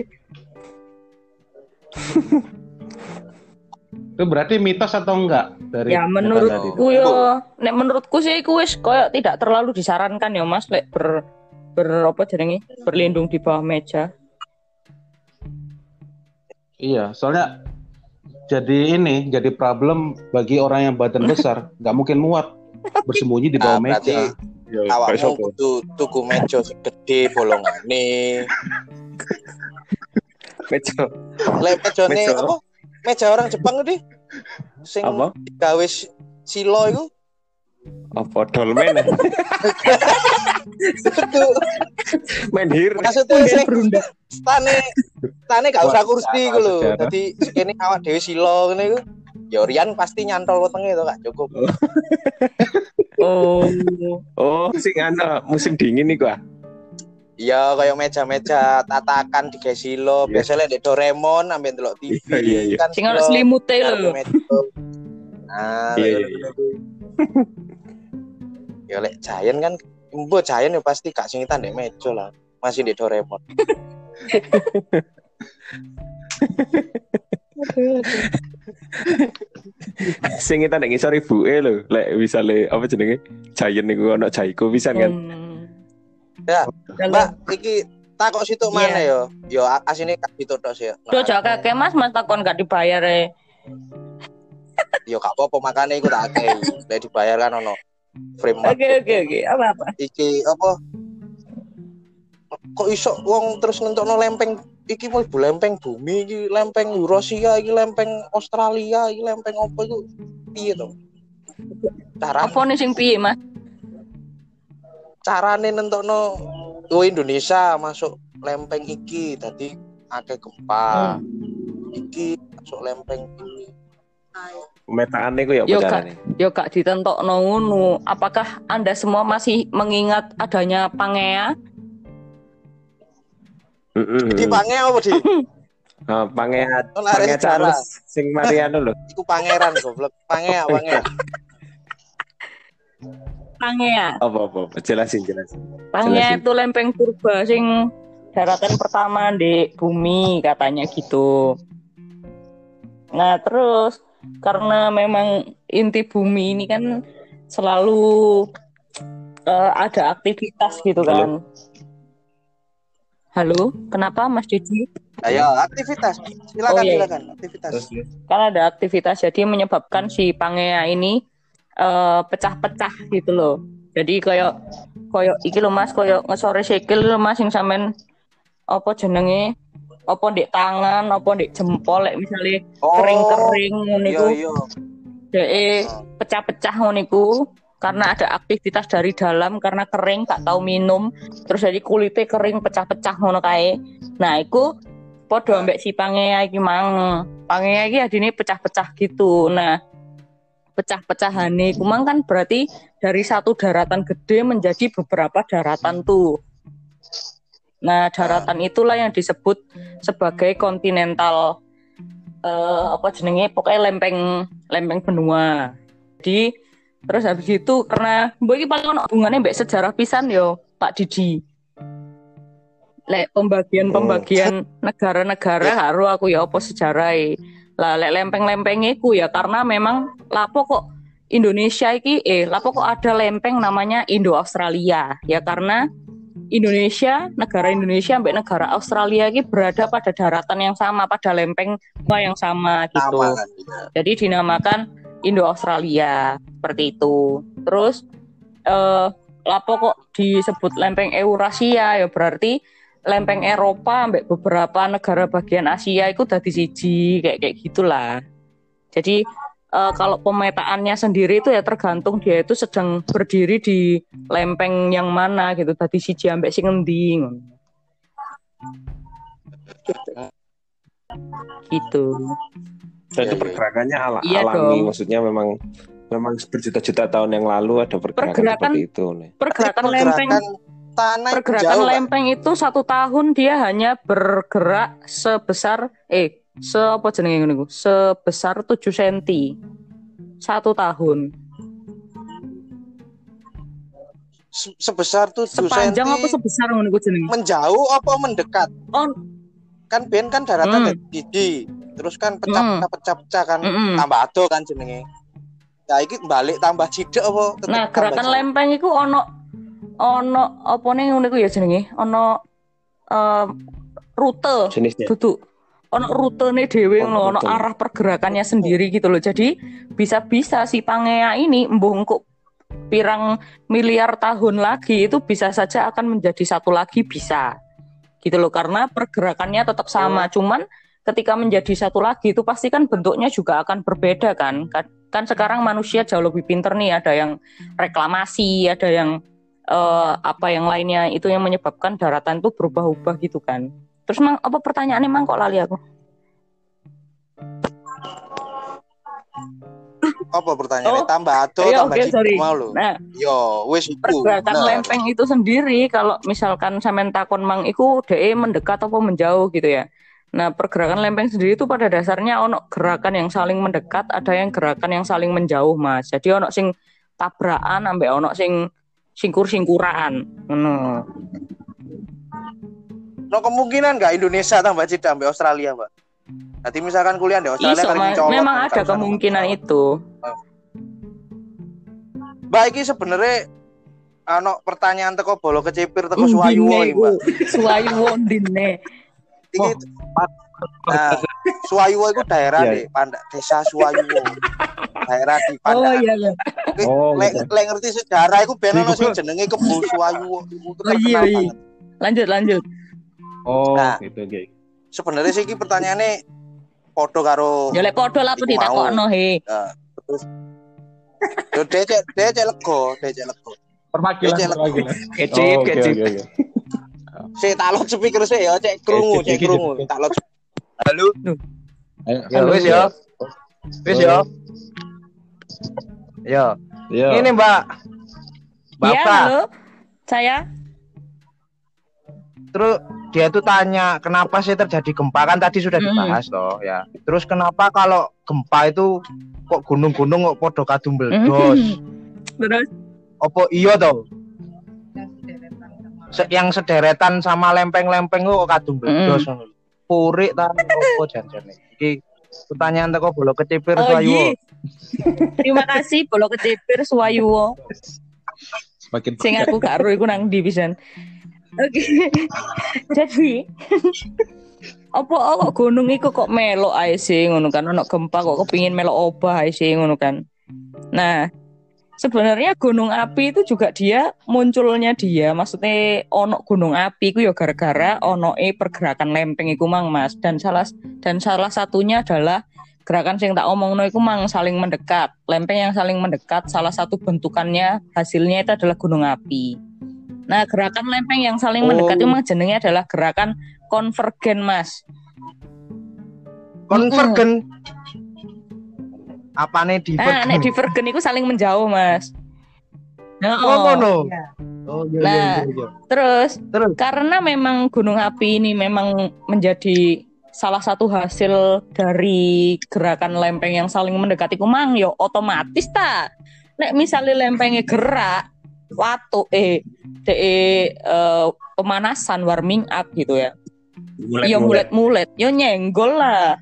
Speaker 2: Itu berarti mitos atau enggak dari
Speaker 4: Ya menurutku yo, nek menurutku sih iku wis koyo tidak terlalu disarankan ya Mas lek apa jenenge berlindung di bawah meja.
Speaker 2: Iya, soalnya jadi problem bagi orang yang badan besar, nggak mungkin muat bersembunyi di bawah meja.
Speaker 3: Awakmu kudu tuku meja gede bolongane.
Speaker 1: Meja.
Speaker 3: Lek mejane apa? Meja orang Jepang tadi sing gawe silo iku
Speaker 1: apa dolmen main hir
Speaker 3: maksudnya sing stane gak usah kursi iku lho dadi kene awak dhewe silo ngene iku ya Rian pasti nyantol wetenge to gak cukup.
Speaker 1: Sing ana musim dingin iku ah.
Speaker 3: Iya, kayak meja-meja tatakan di silo. Biasanya di Doraemon ambil ndelok TV.
Speaker 1: Iya.
Speaker 3: Kan
Speaker 4: sing ana selimute lho.
Speaker 3: Nah, ya lek Giant kan, mbok Giant ya pasti gak singitan ndek meja lah. Masih di Doraemon.
Speaker 1: Singitan ndek ngisor ibuke lho. Lek misale apa jenenge? Giant niku ana Jaiko pisan kan.
Speaker 3: Ya, Mbak, iki takok situ mana yo? Yo asine gak situ tok sih.
Speaker 4: Yo jok kakek Mas takon gak dibayar e.
Speaker 3: Yo gak apa-apa makane iku tak akeh. Lek dibayar kan ono frame.
Speaker 4: Oke. Apa?
Speaker 3: Iki apa? Kok iso wong terus nentokno lempeng iki mau lempeng bumi iki lempeng Eurasia iki lempeng Australia iki lempeng apa iku piye to? Cara
Speaker 4: apa nih sing piye Mas?
Speaker 3: Carane nentokno Indonesia masuk lempeng iki dadi akeh gempa. Iki masuk lempeng ini.
Speaker 1: Metaane ku ya apa carane?
Speaker 4: Yo gak ditentokno ngono. Apakah Anda semua masih mengingat adanya Pangea?
Speaker 3: Di Pangea apa, Di?
Speaker 1: Pangea Charles sing Mariano lho.
Speaker 3: Iku pangeran goblok. Pangea.
Speaker 4: Pangea.
Speaker 1: Apa? Jelasin.
Speaker 4: Pangea itu lempeng purba sing daratan pertama di bumi katanya gitu. Nah terus karena memang inti bumi ini kan selalu ada aktivitas gitu kan. Halo, kenapa Mas Didi?
Speaker 3: Ayo aktivitas, silakan aktivitas.
Speaker 4: Kan ada aktivitas jadi menyebabkan si Pangea ini pecah-pecah gitu loh. Jadi koyo iki lho Mas, koyo ngesore sikil lho Mas sing sampean apa jenenge? Apa ndek tangan, apa ndek jempol lek misale kering-kering ngono iku. Iya. Deke pecah-pecah ngono iku karena ada aktivitas dari dalam karena kering gak tahu minum, terus jadi kulitnya kering pecah-pecah ngono kae. Nah, iku padha ambek si Pangea iki mang. Pangea iki adine pecah-pecah gitu. Nah, pecah-pecahane iku mang kan berarti dari satu daratan gede menjadi beberapa daratan tuh. Nah, daratan itulah yang disebut sebagai kontinental apa jenenge pokoknya lempeng benua. Jadi terus habis itu karena mbok iki paling ono hubungane mbek sejarah pisan yo Pak Didi. Lek pembagian negara-negara karo aku ya apa sejarahe. Lah lek lempeng-lempenge ku ya karena memang lapo kok Indonesia iki lapo kok ada lempeng namanya Indo-Australia. Ya karena negara Indonesia sampai negara Australia ini berada pada daratan yang sama, pada lempeng yang sama gitu. Jadi dinamakan Indo-Australia seperti itu. Terus lapo kok disebut lempeng Eurasia ya berarti lempeng Eropa ambek beberapa negara bagian Asia itu dadi siji kayak gitulah. Jadi kalau pemetaannya sendiri itu ya tergantung dia itu sedang berdiri di lempeng yang mana gitu. Dadi siji ambek sing endi ngono. Gitu.
Speaker 1: Jadi pergerakannya
Speaker 4: Iya
Speaker 1: alami,
Speaker 4: dong.
Speaker 1: maksudnya memang berjuta-juta tahun yang lalu ada pergerakan seperti itu.
Speaker 4: Pergerakan lempeng
Speaker 3: tanah
Speaker 4: pergerakan jauh, lempeng itu 1 tahun dia hanya bergerak sebesar sebesar 7 cm 1 tahun.
Speaker 3: Sebesar 7 cm.
Speaker 4: Sepanjang apa sebesar ngono iku jenenge?
Speaker 3: Menjauh apa mendekat?
Speaker 4: Oh,
Speaker 3: kan ben kan daratan gede. Terus kan pecah-pecah kan tambah ado kan jenenge. Ya iki balik tambah cidak apa tetep.
Speaker 4: Nah, gerakan lempeng iku ono apa ning ngono iku ya jenenge? Ono rute. Duduk. Ono rutene dhewe ngono, ono arah pergerakannya sendiri gitu loh. Jadi bisa-bisa si Pangea ini mbuh engko pirang miliar tahun lagi itu bisa saja akan menjadi satu lagi bisa. Gitu loh, karena pergerakannya tetap sama, cuman ketika menjadi satu lagi itu pasti kan bentuknya juga akan berbeda kan sekarang manusia jauh lebih pinter nih, ada yang reklamasi, ada yang yang lainnya itu yang menyebabkan daratan itu berubah-ubah gitu kan. Terus mang apa pertanyaannya mang kok lali aku?
Speaker 3: Apa pertanyaannya? Tambah atau tambah cilik mau lo?
Speaker 4: Nah,
Speaker 3: yo wis iku.
Speaker 4: Pergerakan lempeng itu sendiri kalau misalkan sampean takon mang iku DE mendekat apa menjauh gitu ya. Nah, pergerakan lempeng sendiri itu pada dasarnya ono gerakan yang saling mendekat, ada yang gerakan yang saling menjauh, Mas. Jadi ono sing tabrakan ambek ono sing singkur-singkuran. Ngono.
Speaker 3: No kemungkinan enggak Indonesia tambah cedek ambek Australia, Mbak? Nanti misalkan kuliah di Australia
Speaker 4: memang ada kemungkinan itu.
Speaker 3: Mbak iki sebenarnya pertanyaan teko bolo kecepir teko Suwayuwo iki, Mbak.
Speaker 4: Suwayuwo ndine.
Speaker 3: Iki Suwayuwo itu daerah di desa Suwayuwo. Daerah di Pandak.
Speaker 4: Oh iya.
Speaker 3: Lek ngerti sejarah iku ben ono sing jenenge Kebo Suwayuwo.
Speaker 4: Oh iya. Lanjut.
Speaker 3: Oh, gitu. Sebenarnya sih iki pertanyaane padha karo
Speaker 4: ya lek padha lah tuh ditakokno he.
Speaker 3: Terus yo DC lego.
Speaker 2: Perwakilan.
Speaker 1: Kecip.
Speaker 3: Saya talot speaker saya cek krungu. Talot. Halo.
Speaker 5: Ya wis ya. Ya. Ini Mbak.
Speaker 4: Bapak. Ya, halo. Saya.
Speaker 5: Terus dia tuh tanya kenapa sih terjadi gempa, kan tadi sudah dibahas toh ya. Terus kenapa kalau gempa itu kok gunung-gunung kok podo kadung meledos?
Speaker 4: Terus
Speaker 5: opo iya toh? Yang sederetan sama lempeng-lempeng kok kadung meledos. Purik ta opo jan-jane. Iki pertanyaan teko Bolo Kecipir Suwayuwo.
Speaker 4: Terima kasih Bolo Kecipir Suwayuwo. Sing aku gak ero iku nang ndi pisan. Oke. Jadi apa kok gunung iku kok melok ae sih ngono kan, ono gempa kok kepingin melok obah ae sih ngono kan. Nah, sebenarnya gunung api itu juga dia munculnya dia, maksudnya ono gunung api iku ya gara-gara onoe pergerakan lempeng iku mang Mas, dan salah satunya adalah gerakan sing tak omongno iku mang saling mendekat. Lempeng yang saling mendekat salah satu bentukannya hasilnya itu adalah gunung api. Nah, gerakan lempeng yang saling mendekat itu memang jenenge adalah gerakan konvergen, Mas.
Speaker 5: Konvergen? Apane divergen?
Speaker 4: Nek divergen itu saling menjauh, Mas.
Speaker 5: Ngono.
Speaker 4: Iya. Terus karena memang gunung api ini memang menjadi salah satu hasil dari gerakan lempeng yang saling mendekati kumang, yo otomatis ta. Nek misalnya lempengnya gerak, pemanasan, warming up gitu ya. Mulet, yo nyenggol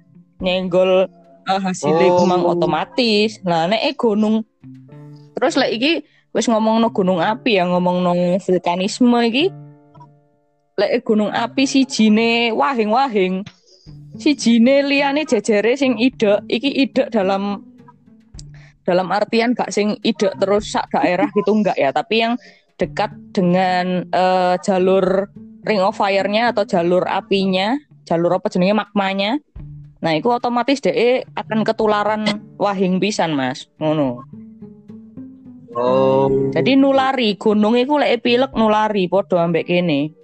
Speaker 4: hasilnya kumang otomatis. Nah, nek gunung terus lek iki wis ngomongno gunung api ya, ngomongno vulkanisme iki. Lek gunung api sijine wahing-wahing, sijine liyane jejere sing idek, iki idek dalam artian gak sing idek terus sak daerah gitu enggak ya, tapi yang dekat dengan jalur ring of fire-nya atau jalur apinya, jalur apa jenenge magmanya. Nah, itu otomatis DE akan ketularan wahing pisan, Mas. Ngono.
Speaker 5: Oh.
Speaker 4: Jadi nulari, gunung iku lek pilek nulari padha ambek kene.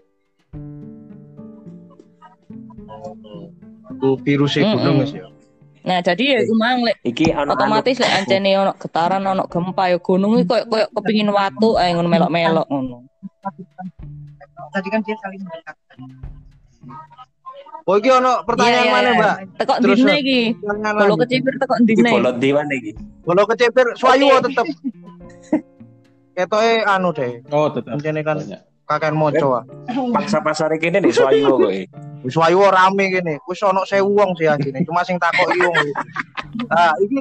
Speaker 5: Ku virusnya gunung Mas ya.
Speaker 4: Nah, jadi ya emang lek
Speaker 1: Iki
Speaker 4: otomatis lek ancene ono getaran, ono gempa ya gunung iki koyo kepingin watu ae ngono melok-melok ngono.
Speaker 6: Tadi kan dia saling mendekatkan.
Speaker 5: Oh iki ono pertanyaan mana, Mbak?
Speaker 4: Teko ndine iki. Bolo kecipir teko ndine.
Speaker 1: bolot di mana iki?
Speaker 5: Bolo kecipir swayu tetep. Ketoke anu deh.
Speaker 2: Oh, tetap.
Speaker 5: Ancene kan
Speaker 2: Banyak.
Speaker 5: kakek moco.
Speaker 1: Pasar kene nih swayu kok.
Speaker 5: Wis wayu rame kene. Wis ono 1000 wong sih anjene. Cuma sing takoki wong. Iki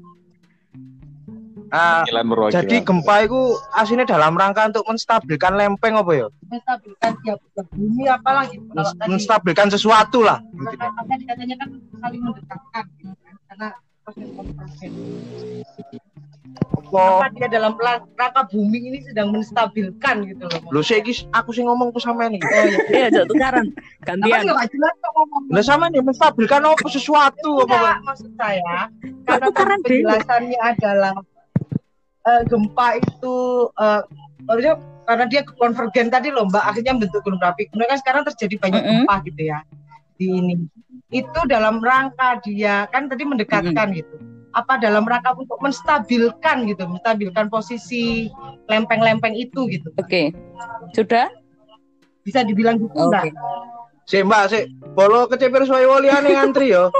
Speaker 5: jadi gempa itu aslinya dalam rangka untuk menstabilkan lempeng apa ya?
Speaker 6: Menstabilkan tiap bumi apalagi
Speaker 5: menstabilkan sesuatu lah.
Speaker 6: Tadi katanya kan saling mendekatkan gitu kan. Karena proses. Apa dia dalam rangka bumi ini sedang menstabilkan gitu loh.
Speaker 5: Loh saiki aku sing ngomong ku sampean iki.
Speaker 6: Oh iya.
Speaker 4: Iya, tukaran. Gantian.
Speaker 6: Enggak jelas kok ngomong.
Speaker 5: Lah sama nih menstabilkan apa sesuatu
Speaker 6: Enggak,
Speaker 5: apa?
Speaker 6: maksud saya karena penjelasannya adalah gempa itu karena dia konvergen tadi loh Mbak, akhirnya membentuk gunung berapi. Kemudian kan sekarang terjadi banyak gempa gitu ya di ini. Itu dalam rangka dia kan tadi mendekatkan gitu. Apa dalam rangka untuk menstabilkan gitu, menstabilkan posisi lempeng-lempeng itu gitu.
Speaker 4: Oke. Sudah?
Speaker 6: Bisa dibilang gitu enggak?
Speaker 5: Si Mbak, si bolo kecepir suai waliane ngantri yo.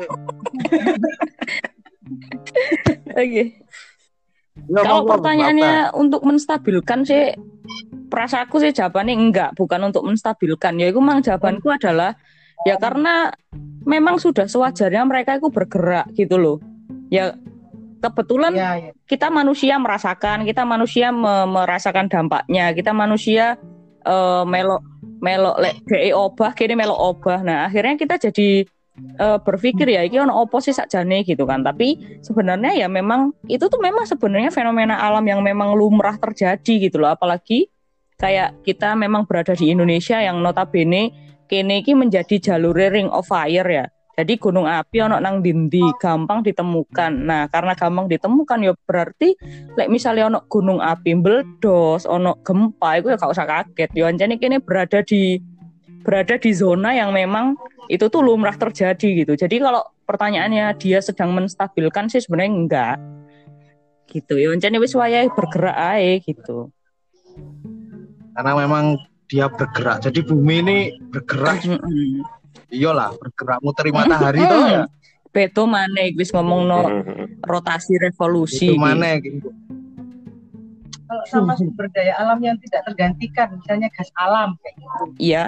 Speaker 4: Oke.
Speaker 5: Ya,
Speaker 4: kalau pertanyaannya untuk menstabilkan sih, perasaanku sih jawabannya enggak, bukan untuk menstabilkan. Ya itu memang jawabanku adalah ya karena memang sudah sewajarnya mereka itu bergerak gitu loh. Ya kebetulan kita manusia merasakan, kita manusia merasakan dampaknya, kita manusia melok lek DE obah, kene melok obah. Nah akhirnya kita jadi berpikir ya iki ono opo sih sakjane gitu kan. Tapi sebenarnya ya memang itu tuh memang sebenarnya fenomena alam yang memang lumrah terjadi gitu loh. Apalagi kayak kita memang berada di Indonesia yang notabene kene iki menjadi jalur ring of fire ya. Jadi gunung api ono nang dindi gampang ditemukan. Nah, karena gampang ditemukan ya berarti lek misalnya ono gunung api meledos, ono gempa itu ya gak usah kaget. Ya ancene kene berada di zona yang memang itu tuh lumrah terjadi gitu. Jadi kalau pertanyaannya dia sedang menstabilkan sih sebenarnya enggak. Gitu. Ya ancene wis wayahe bergerak ae gitu.
Speaker 5: Karena memang dia bergerak. Jadi bumi ini bergerak. Iyalah, bergerak muteri matahari toh ya.
Speaker 4: Beto maneh wis ngomongno rotasi revolusi.
Speaker 5: Itu maneh gitu.
Speaker 6: Kalau sama sumber daya alam yang tidak tergantikan, misalnya gas alam kayak gitu.
Speaker 4: Iya.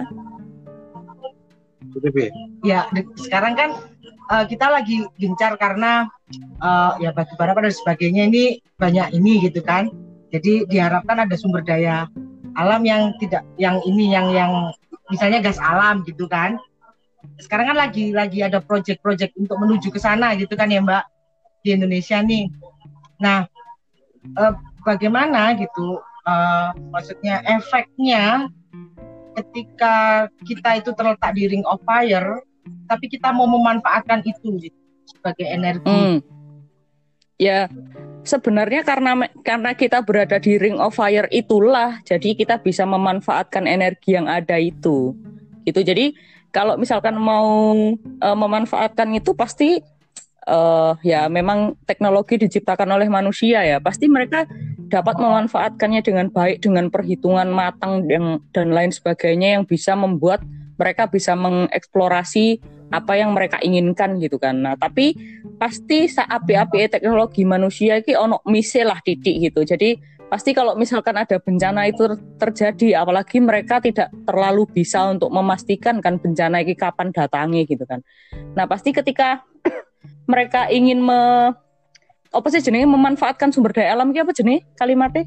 Speaker 6: Ya, sekarang kan kita lagi gencar karena ya batu bara dan sebagainya ini banyak ini gitu kan. Jadi diharapkan ada sumber daya alam yang tidak yang misalnya gas alam gitu kan. Sekarang kan lagi ada proyek-proyek untuk menuju ke sana gitu kan ya Mbak di Indonesia nih. Nah, bagaimana gitu maksudnya efeknya ketika kita itu terletak di ring of fire tapi kita mau memanfaatkan itu gitu, sebagai energi.
Speaker 4: Ya, sebenarnya karena kita berada di ring of fire itulah jadi kita bisa memanfaatkan energi yang ada itu. Gitu. Jadi kalau misalkan mau memanfaatkan itu pasti ya memang teknologi diciptakan oleh manusia ya. Pasti mereka dapat memanfaatkannya dengan baik, dengan perhitungan matang dan lain sebagainya yang bisa membuat mereka bisa mengeksplorasi apa yang mereka inginkan gitu kan. Nah, tapi pasti api-api teknologi manusia iki ono mise lah titik gitu. Jadi pasti kalau misalkan ada bencana itu terjadi, apalagi mereka tidak terlalu bisa untuk memastikan kan bencana ini kapan datangnya gitu kan. Nah pasti ketika mereka ingin memanfaatkan sumber daya alam, apa jenis kalimatnya?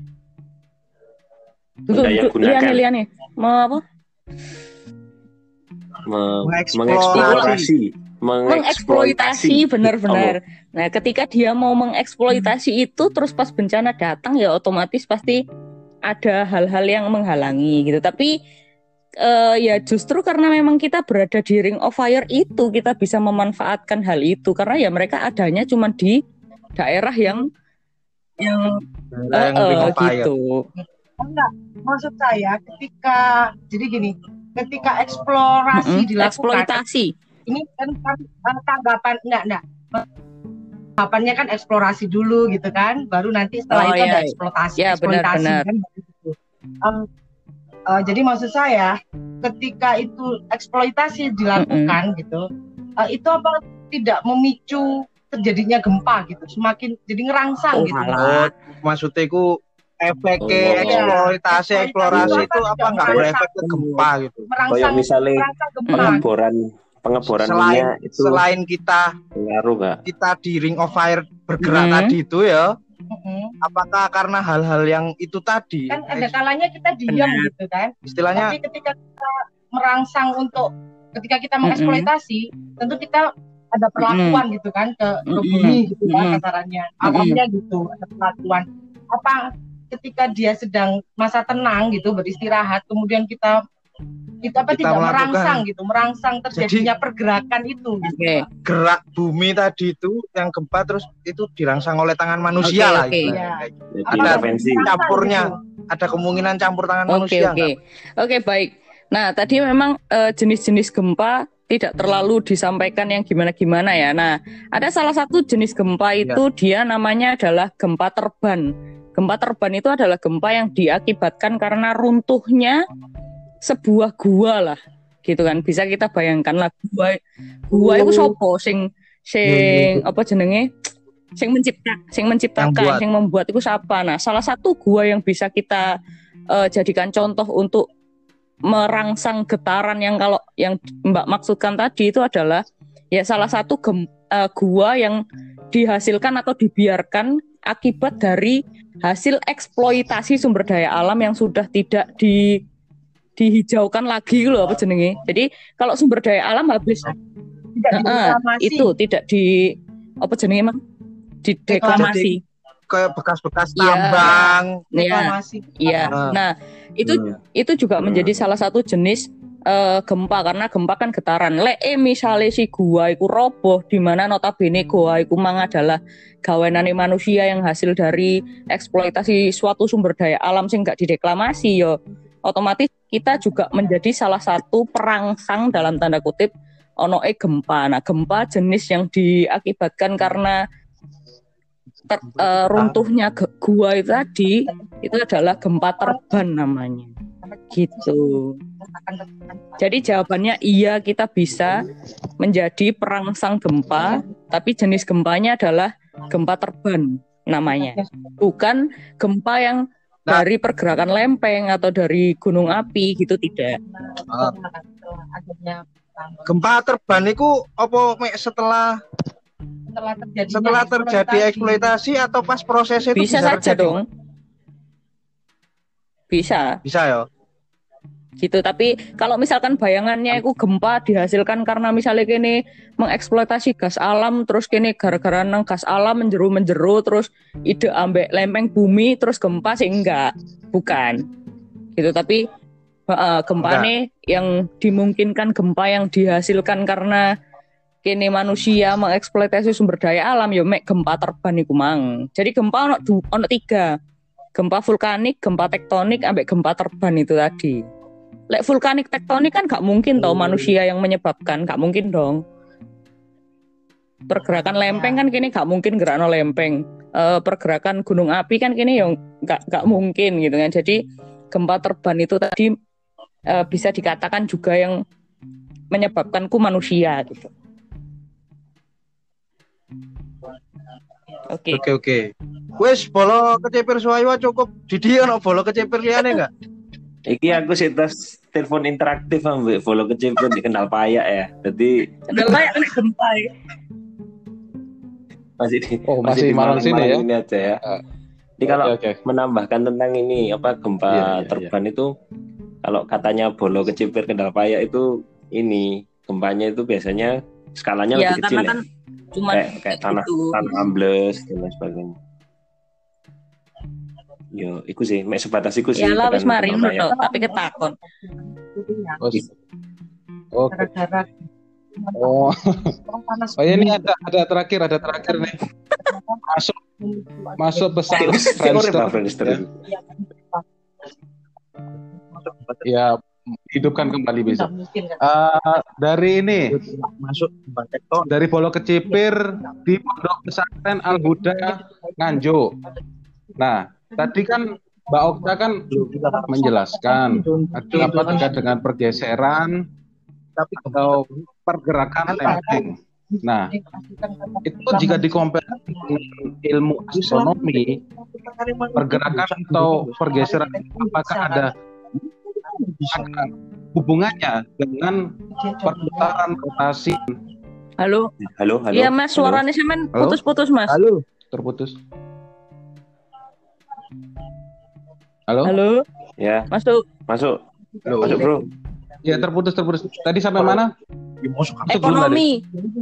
Speaker 1: Daya gunakan.
Speaker 4: Liane. Mengeksploitasi benar-benar. Nah, ketika dia mau mengeksploitasi itu terus pas bencana datang ya otomatis pasti ada hal-hal yang menghalangi gitu. Tapi ya justru karena memang kita berada di ring of fire itu, kita bisa memanfaatkan hal itu karena ya mereka adanya cuma di daerah yang
Speaker 5: ring of fire.
Speaker 4: gitu.
Speaker 6: Enggak, maksud saya ketika jadi gini, ketika eksplorasi dilakukan,
Speaker 4: eksploitasi.
Speaker 6: Ini kan tanggapan enggak. Tanggapannya kan eksplorasi dulu gitu kan, baru nanti setelah itu ada eksploitasi.
Speaker 4: Ya, benar.
Speaker 6: Kan begitu. Jadi maksud saya ketika itu eksploitasi dilakukan gitu, itu apa tidak memicu terjadinya gempa gitu, semakin jadi ngerangsang gitu.
Speaker 5: Oh, maksudnya ku efeknya eksplorasi itu apa nggak berefek ke gempa gitu?
Speaker 1: Kayak misalnya pengeboran minyak itu
Speaker 5: selain kita
Speaker 1: pengaruh nggak?
Speaker 5: Kita di ring of fire bergerak tadi itu ya. Apakah karena hal-hal yang itu tadi?
Speaker 6: Kan ada kalanya kita diam gitu kan.
Speaker 5: Istilahnya.
Speaker 6: Tapi ketika kita merangsang ketika kita mengeksploitasi, tentu kita ada perlakuan gitu kan ke bumi gitu kan kasarannya. Awalnya gitu ada perlakuan. Apa ketika dia sedang masa tenang gitu beristirahat, kemudian kita tidak merangsang terjadinya pergerakan itu.
Speaker 5: Gerak bumi tadi itu yang gempa terus itu dirangsang oleh tangan manusia lah.
Speaker 1: Jadi intervensi.
Speaker 5: Ada kemungkinan campur tangan manusia.
Speaker 4: Oke, baik. Nah, tadi memang jenis-jenis gempa tidak terlalu disampaikan yang gimana-gimana ya. Nah, ada salah satu jenis gempa itu dia namanya adalah gempa terban. Gempa terban itu adalah gempa yang diakibatkan karena runtuhnya sebuah gua lah, gitu kan. Bisa kita bayangkan lah gua itu sopo sing apa jenenge? Sing menciptakan, sing membuat itu siapa? Nah, salah satu gua yang bisa kita jadikan contoh untuk merangsang getaran yang kalau yang Mbak maksudkan tadi itu adalah ya salah satu gua yang dihasilkan atau dibiarkan akibat dari hasil eksploitasi sumber daya alam yang sudah tidak dihijaukan lagi loh apa jenenge. Jadi kalau sumber daya alam habis itu tidak di apa jenenge emang dideklamasi.
Speaker 5: Kayak bekas-bekas tambang,
Speaker 6: reklamasi.
Speaker 4: Iya. Nah, itu juga menjadi salah satu jenis gempa karena gempa kan getaran. Misalnya si gua iku roboh di mana notabene gua iku mang adalah gawenane manusia yang hasil dari eksploitasi suatu sumber daya alam sing gak dideklamasi yo. Otomatis kita juga menjadi salah satu perangsang dalam tanda kutip onoe gempa. Nah, gempa jenis yang diakibatkan karena runtuhnya gua itu tadi itu adalah gempa terban namanya. Gitu. Jadi jawabannya iya, kita bisa menjadi perangsang gempa, tapi jenis gempanya adalah gempa terban namanya. Bukan gempa yang dari pergerakan lempeng atau dari gunung api gitu, tidak.
Speaker 5: Gempa terban itu apa setelah terjadi eksploitasi atau pas prosesnya itu
Speaker 4: bisa saja dong. Bisa
Speaker 5: ya.
Speaker 4: Gitu, tapi kalau misalkan bayangannya itu gempa dihasilkan karena misalnya kini mengeksploitasi gas alam, terus kini gara-gara nang gas alam menjeru terus ide ambek lempeng bumi terus gempa sih bukan gitu. Tapi gempa nih yang dimungkinkan gempa yang dihasilkan karena kini manusia mengeksploitasi sumber daya alam yo mek gempa terban iku mang. Jadi gempa ono 3. Gempa vulkanik, gempa tektonik, ambek gempa terban itu tadi. Vulkanik tektonik kan gak mungkin tau manusia yang menyebabkan, gak mungkin dong. Pergerakan lempeng kan kini gak mungkin gerakno lempeng. Pergerakan gunung api kan kini yang gak mungkin gitu kan. Jadi gempa terban itu tadi bisa dikatakan juga yang menyebabkanku manusia gitu.
Speaker 5: Oke. Wes bolo kecepir suwayo cukup didi ono bolo kecepir liyane enggak?
Speaker 1: Iki aku setas telepon interaktif ambek bolo kecepir di Kendal Payak ya. Jadi
Speaker 4: Kendal Payak kena gempa ya.
Speaker 1: Masih
Speaker 2: malam sini ya.
Speaker 1: Ini aja ya. Jadi kalau menambahkan tentang ini gempa terban itu kalau katanya bolo kecepir Kendal Payak itu ini gempanya itu biasanya skalanya lebih kecil ya.
Speaker 4: Kan cuma
Speaker 1: kayak tanah ambles dan lain sebagainya. Yo, iku sih, mek sebatas iku sih.
Speaker 4: Ya lah wis mari ngono tapi ketakon.
Speaker 2: Oh. Oh. Oh ini ada terakhir nih. Masuk pesan Friendster. Ya, hidupkan kembali besok. Dari ini
Speaker 5: masuk
Speaker 2: dari Polo Kecipir di Pondok Pesantren Al Huda Nganjuk. Nah, tadi kan Mbak Okta kan menjelaskan apa terkait dengan pergeseran atau pergerakan lempeng. Nah, itu jika dikompar dengan ilmu astronomi, pergerakan atau pergeseran apakah ada hubungannya dengan perputaran rotasi?
Speaker 4: Halo. Iya Mas, suaranya semen putus-putus Mas.
Speaker 2: Halo. Terputus. Halo.
Speaker 1: Ya.
Speaker 4: Masuk.
Speaker 1: Masuk Bro.
Speaker 2: Ya terputus. Tadi sampai mana?
Speaker 4: Ekonomi.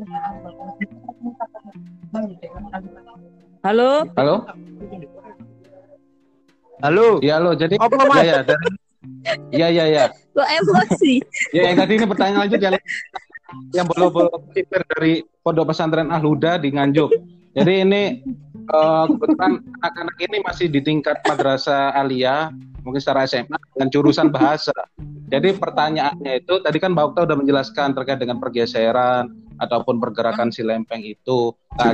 Speaker 4: Halo.
Speaker 2: Ya halo. Jadi ya.
Speaker 4: Kok emosi?
Speaker 2: Ya yang tadi ini pertanyaan lanjut yang Polo Kecipir dari Pondok Pesantren Al Huda di Nganjuk. Jadi ini kebetulan anak-anak ini masih di tingkat madrasah aliyah, mungkin secara SMA dengan jurusan bahasa. Jadi pertanyaannya itu tadi kan Mbak Okta sudah menjelaskan terkait dengan pergeseran ataupun pergerakan si lempeng itu. Nah,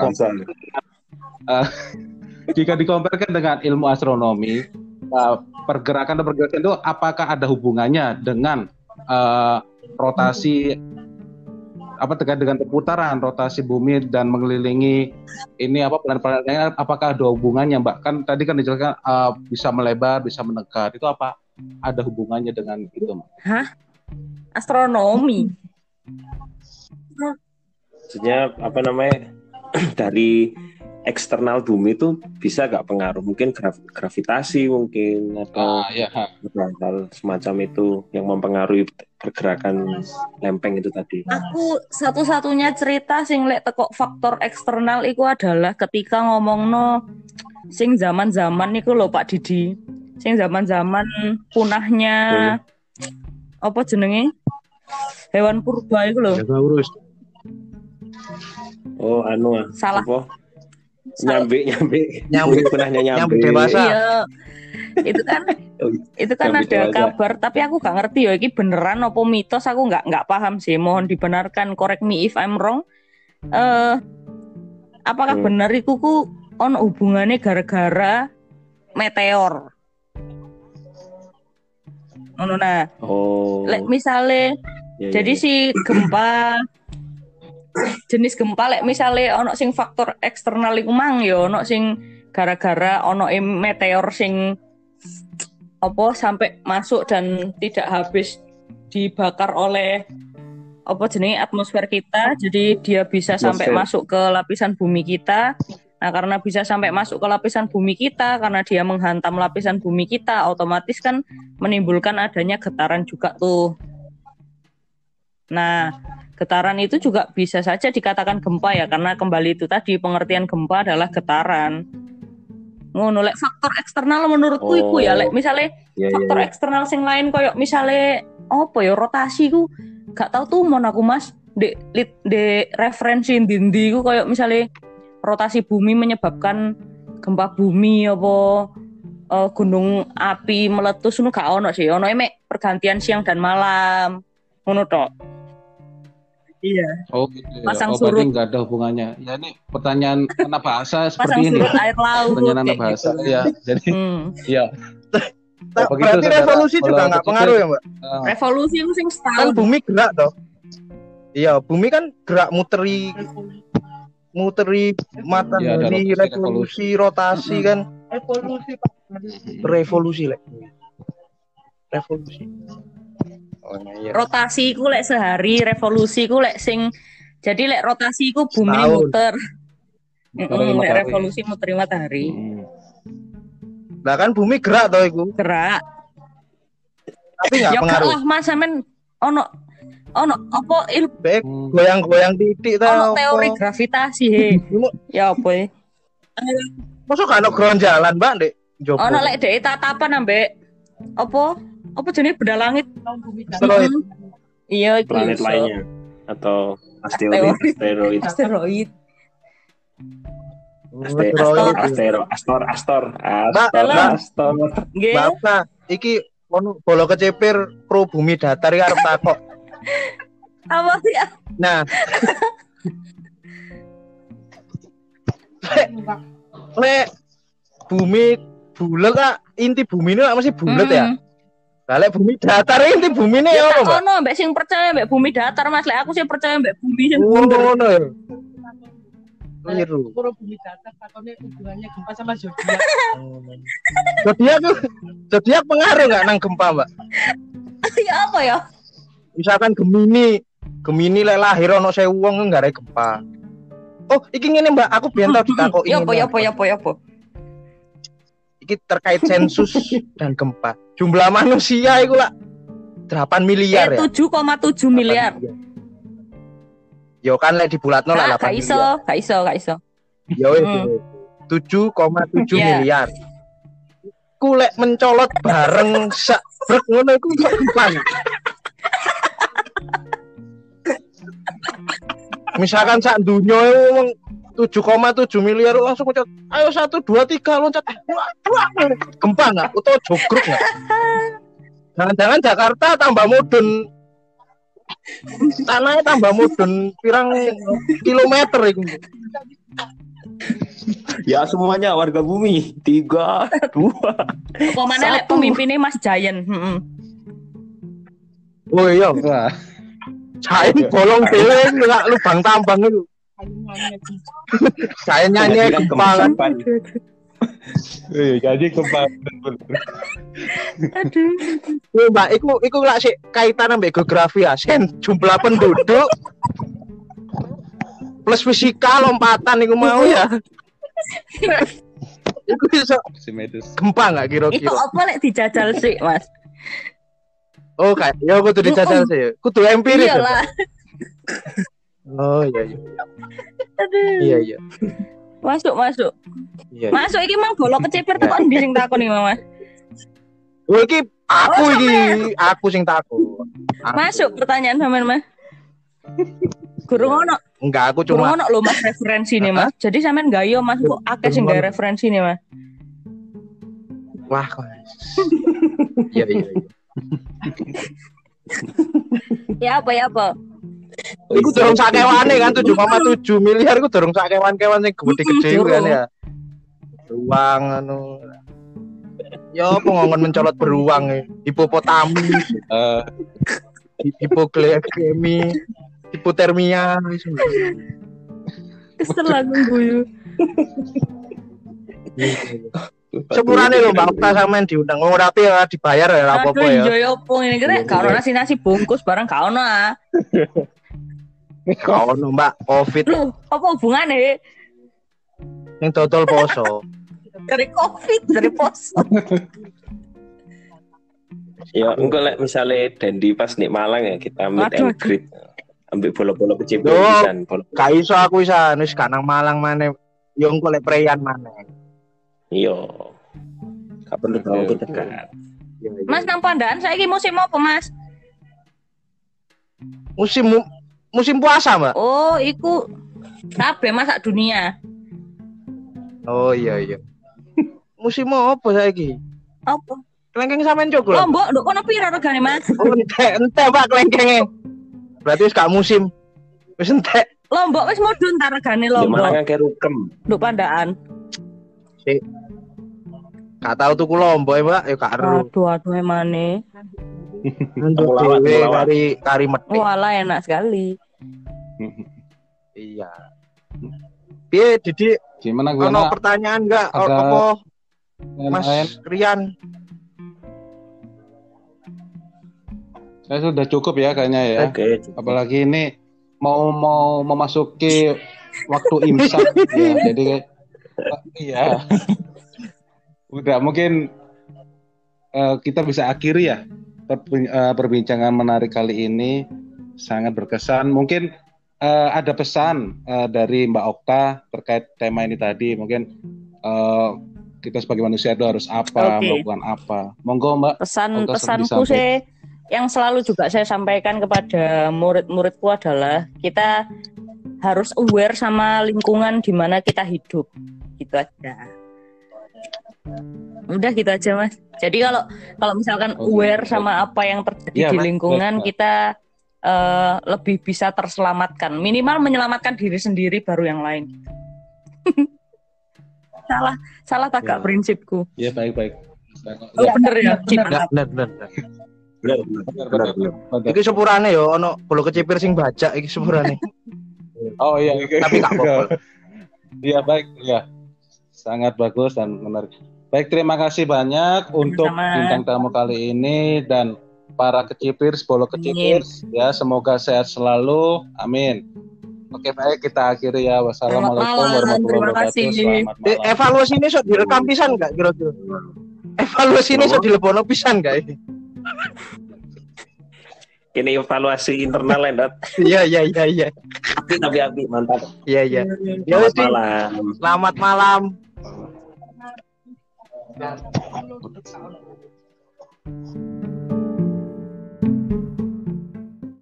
Speaker 2: jika dikomparkan dengan ilmu astronomi, pergerakan itu apakah ada hubungannya dengan rotasi terkait dengan perputaran rotasi bumi dan mengelilingi ini planet-planetnya, apakah ada hubungannya Mbak? Kan tadi kan dijelaskan bisa melebar, bisa mendekat. Itu apa ada hubungannya dengan itu Mbak?
Speaker 4: Hah? Astronomi?
Speaker 1: Maksudnya dari eksternal bumi itu bisa gak pengaruh? Mungkin gravitasi mungkin atau hal semacam itu yang mempengaruhi pergerakan lempeng itu tadi.
Speaker 4: Aku satu-satunya cerita sing lek tekok faktor eksternal iku adalah ketika ngomongno sing zaman-zaman niku lho Pak Didi. Sing zaman-zaman punahnya apa jenenge? Hewan purba iku lho.
Speaker 1: Oh,
Speaker 4: salah.
Speaker 1: Apa? Nyambi punahnya nyambi
Speaker 5: dewasa.
Speaker 4: Iya. Itu kan ada dewasa. Kabar, tapi aku gak ngerti ya iki beneran apa mitos, aku nggak paham sih. Mohon dibenarkan, correct me if I'm wrong. Apakah benar iku ono hubungannya gara-gara meteor? Nah. Lek misale jadi si gempa jenis gempa lek misale ono sing faktor eksternal iku mang ya ono sing gara-gara ono meteor sing apa sampai masuk dan tidak habis dibakar oleh apa jenis atmosfer kita, jadi dia bisa sampai masuk ke lapisan bumi kita. Nah, karena bisa sampai masuk ke lapisan bumi kita, karena dia menghantam lapisan bumi kita, otomatis kan menimbulkan adanya getaran juga tuh. Nah, getaran itu juga bisa saja dikatakan gempa ya, karena kembali itu tadi pengertian gempa adalah getaran. Ngono lek faktor eksternal menurutku iku ya, lek misale faktor eksternal sing lain koyo misale apa ya rotasi ku gak tau tuh mon aku Mas de referensi ndi ku koyo misale rotasi bumi menyebabkan gempa bumi apa gunung api meletus ngono gak ono sih, ono mek pergantian siang dan malam ngono tok. Iya.
Speaker 2: Oh gitu.
Speaker 4: Pasang
Speaker 2: surut nggak ada hubungannya. Ya ini pertanyaan anak bahasa seperti ini.
Speaker 4: Pasang surut air laut.
Speaker 2: Pertanyaan anak bahasa. Gitu. Ya, jadi ya.
Speaker 5: Berarti revolusi juga nggak pengaruh ya Mbak?
Speaker 4: Revolusi itu sing setahun.
Speaker 5: Kan bumi gerak toh. Iya, bumi kan gerak muteri matahari, revolusi, rotasi kan. Revolusi.
Speaker 4: Oh, iya. Rotasi ku lek sehari, revolusi ku lek sing jadi lek rotasi ku bumi muter. Lek revolusi muteri matahari.
Speaker 5: Lah kan bumi gerak toh iku.
Speaker 4: Gerak.
Speaker 5: Tapi enggak pengaruh.
Speaker 4: Ya Mas sampean ono apa
Speaker 5: goyang-goyang titik ta.
Speaker 4: Ono teori gravitasi he. Ya apa e?
Speaker 5: Masuk kan ono gronjalan, Mbak, Ndek?
Speaker 4: Ono lek dhek tatapan ambek apa jenis benda langit?
Speaker 5: Asteroid.
Speaker 4: Iya, itu
Speaker 1: planet
Speaker 4: iso.
Speaker 1: lainnya atau asteroid. Astor.
Speaker 4: Nggih.
Speaker 5: Maaf nah, iki ono bola kecepir pro bumi datar iki arep takok.
Speaker 4: Apa ya?
Speaker 5: Nah. Lek bumi bulat kak, inti bumi ini masih bulat ya. Lek bumi datar inti bumi ini ya apa, Mbak?
Speaker 4: Ono mbek sing percaya mbek bumi datar Mas, lek aku sih percaya mbek bumi sing
Speaker 5: Ngono
Speaker 4: bunder.
Speaker 5: ya. Keliru.
Speaker 6: Pro bumi datar takone hubungannya gempa sama zodiak.
Speaker 5: Zodiak pengaruh nggak nang gempa, Mbak?
Speaker 4: Ya apa ya?
Speaker 5: Misalkan Gemini lek lahir ono 1000 wong enggak ada gempa. Oh, iki ngene Mbak, aku biyen tau ditakoki.
Speaker 4: Ya apa.
Speaker 5: Iki terkait sensus dan gempa. Jumlah manusia iku lah 8 miliar ya.
Speaker 4: 7,7 miliar.
Speaker 5: Yo kan lek dibulatno lah 8 miliar.
Speaker 4: Gak iso.
Speaker 5: Yo 7,7 miliar. Ku lek mencolot bareng sak brek ngono iku kok gempa. Misalkan sak dunya wong 7,7 miliar langsung loncat. Ayo 1 2 3 loncat. Gempa enggak? Atau jogrok enggak? Jangan-jangan Jakarta tambah mudun. Tanahnya tambah mudun pirang kilometer iku.
Speaker 1: Ya semuanya warga bumi 3, 2.
Speaker 4: Apa mana lek pemimpinnya Mas Giant?
Speaker 5: Oh iya. Cain bolong dhewe nggak lubang tambang itu. Saya nyanyi kepala.
Speaker 2: Jadi gempa.
Speaker 4: Aduh.
Speaker 5: Mbak, iku lak sik kaitan ambek geografi ya. Sen jumlah penduduk plus fisika lompatan iku mau ya. Iku iso gempa enggak kira-kira?
Speaker 4: Itu apa lek dijajal sih, Mas?
Speaker 5: Oh, kayak ya kudu dijajal sih. Kudu empiris.
Speaker 4: Iyalah.
Speaker 5: Oh iya.
Speaker 4: Aduh.
Speaker 5: Iya.
Speaker 4: Masuk.
Speaker 5: Iya.
Speaker 4: Masuk iki mang bola kecepir tekan ndi sing takon iki, Mas.
Speaker 5: Oh iki aku sing takon.
Speaker 4: Masuk pertanyaan sampean, Mas. Guru ngono.
Speaker 5: Enggak, aku
Speaker 4: Guru
Speaker 5: cuma
Speaker 4: ngono lho Mas referensi nih, Mas. Jadi sampean gayo Mas kok akeh sing gawe referensi nih, Mas.
Speaker 5: wah. Iya.
Speaker 4: Ya apa?
Speaker 5: Iku dorong sak kewane kan 7,7 miliar iku dorong sak kewan-kewan sing gede-gede kan ya. Beruang anu. Ya pengongon mencolot beruang hipopotamus. Hipoglikemi, hipotermia wis.
Speaker 4: Kesel aku guyu.
Speaker 5: Sepurane lho Mbak Okta sampean diundang wong rapi ya dibayar ya ora apa-apa ya.
Speaker 4: Aduh, yo opo ngene iki rek karo nasi bungkus barang gak ono ah.
Speaker 5: Gak ono Mbak, Covid.
Speaker 4: Loh, apa hubungane?
Speaker 5: Ning dodol poso.
Speaker 4: Dari Covid, dari pos.
Speaker 1: Ya, engko lek misale Dendi pas nek Malang ya kita meet and greet. Ambek bola-bola kecimpir pisan.
Speaker 5: Gak iso aku isan wis gak nang Malang maneh. Yo engko lek preyan maneh.
Speaker 1: Iya. Gak perlu terlalu dekat.
Speaker 4: Mas nang Pandaan saiki musim apa, Mas?
Speaker 5: Musim puasa, Mbak.
Speaker 4: Oh, iku kabeh masak dunia.
Speaker 5: Oh iya. Musim apa saiki?
Speaker 4: Apa?
Speaker 5: Kelengkeng sampean cok lho.
Speaker 4: Lombok nduk kono pira regane, Mas?
Speaker 5: Entek Pak kelengkenge. Berarti wis gak musim. Wis entek.
Speaker 4: Lombok wis mudhun ta regane Lombok.
Speaker 1: Malang akeh rukem.
Speaker 4: Nduk Pandaan.
Speaker 5: Sik. Gak tau tuku Lombok ya, Mbak. Ya gak ero.
Speaker 4: Aduh emane.
Speaker 5: Untuk dewe kari metik.
Speaker 4: Walah enak sekali.
Speaker 5: Iya. Piye Didi?
Speaker 2: Gimana
Speaker 5: Ono pertanyaan enggak? Apa Mas Rian?
Speaker 2: Saya sudah cukup ya kayaknya ya.
Speaker 1: Oke.
Speaker 2: Apalagi ini mau memasuki waktu imsak ya. Jadi iya. Udah mungkin kita bisa akhiri ya perbincangan menarik kali ini, sangat berkesan. Mungkin ada pesan dari Mbak Okta terkait tema ini tadi. Mungkin kita sebagai manusia itu harus apa, melakukan apa. Monggo Mbak.
Speaker 4: Pesanku sih yang selalu juga saya sampaikan kepada murid-muridku adalah kita harus aware sama lingkungan di mana kita hidup. Gitu aja. Udah gitu aja Mas. Jadi kalau misalkan aware sama apa yang terjadi di lingkungan, kita lebih bisa terselamatkan. Minimal menyelamatkan diri sendiri baru yang lain. Salah tak Kak prinsipku?
Speaker 2: Iya baik.
Speaker 4: Oh, bener ya.
Speaker 5: Bener. Iki sepurane yo ono bolo kecipir sing bajak iki sepurane.
Speaker 2: Oh iya.
Speaker 5: Tapi gak apa-apa.
Speaker 2: Iya baik ya. Sangat bagus dan menarik. Baik, terima kasih banyak untuk bintang tamu kali ini dan para kecipirs, bolo kecipirs ya, semoga sehat selalu. Amin. Oke, baik kita akhiri ya. Wassalamualaikum warahmatullahi wabarakatuh. Selamat malam.
Speaker 5: Evaluasi ini sudah direkam pisan enggak kira-kira? Evaluasi ini sudah dilebono pisan enggak ini?
Speaker 1: Ini evaluasi internal ya,
Speaker 5: Iya.
Speaker 1: Tapi mantap.
Speaker 5: Iya.
Speaker 1: Selamat malam.
Speaker 5: Selamat malam.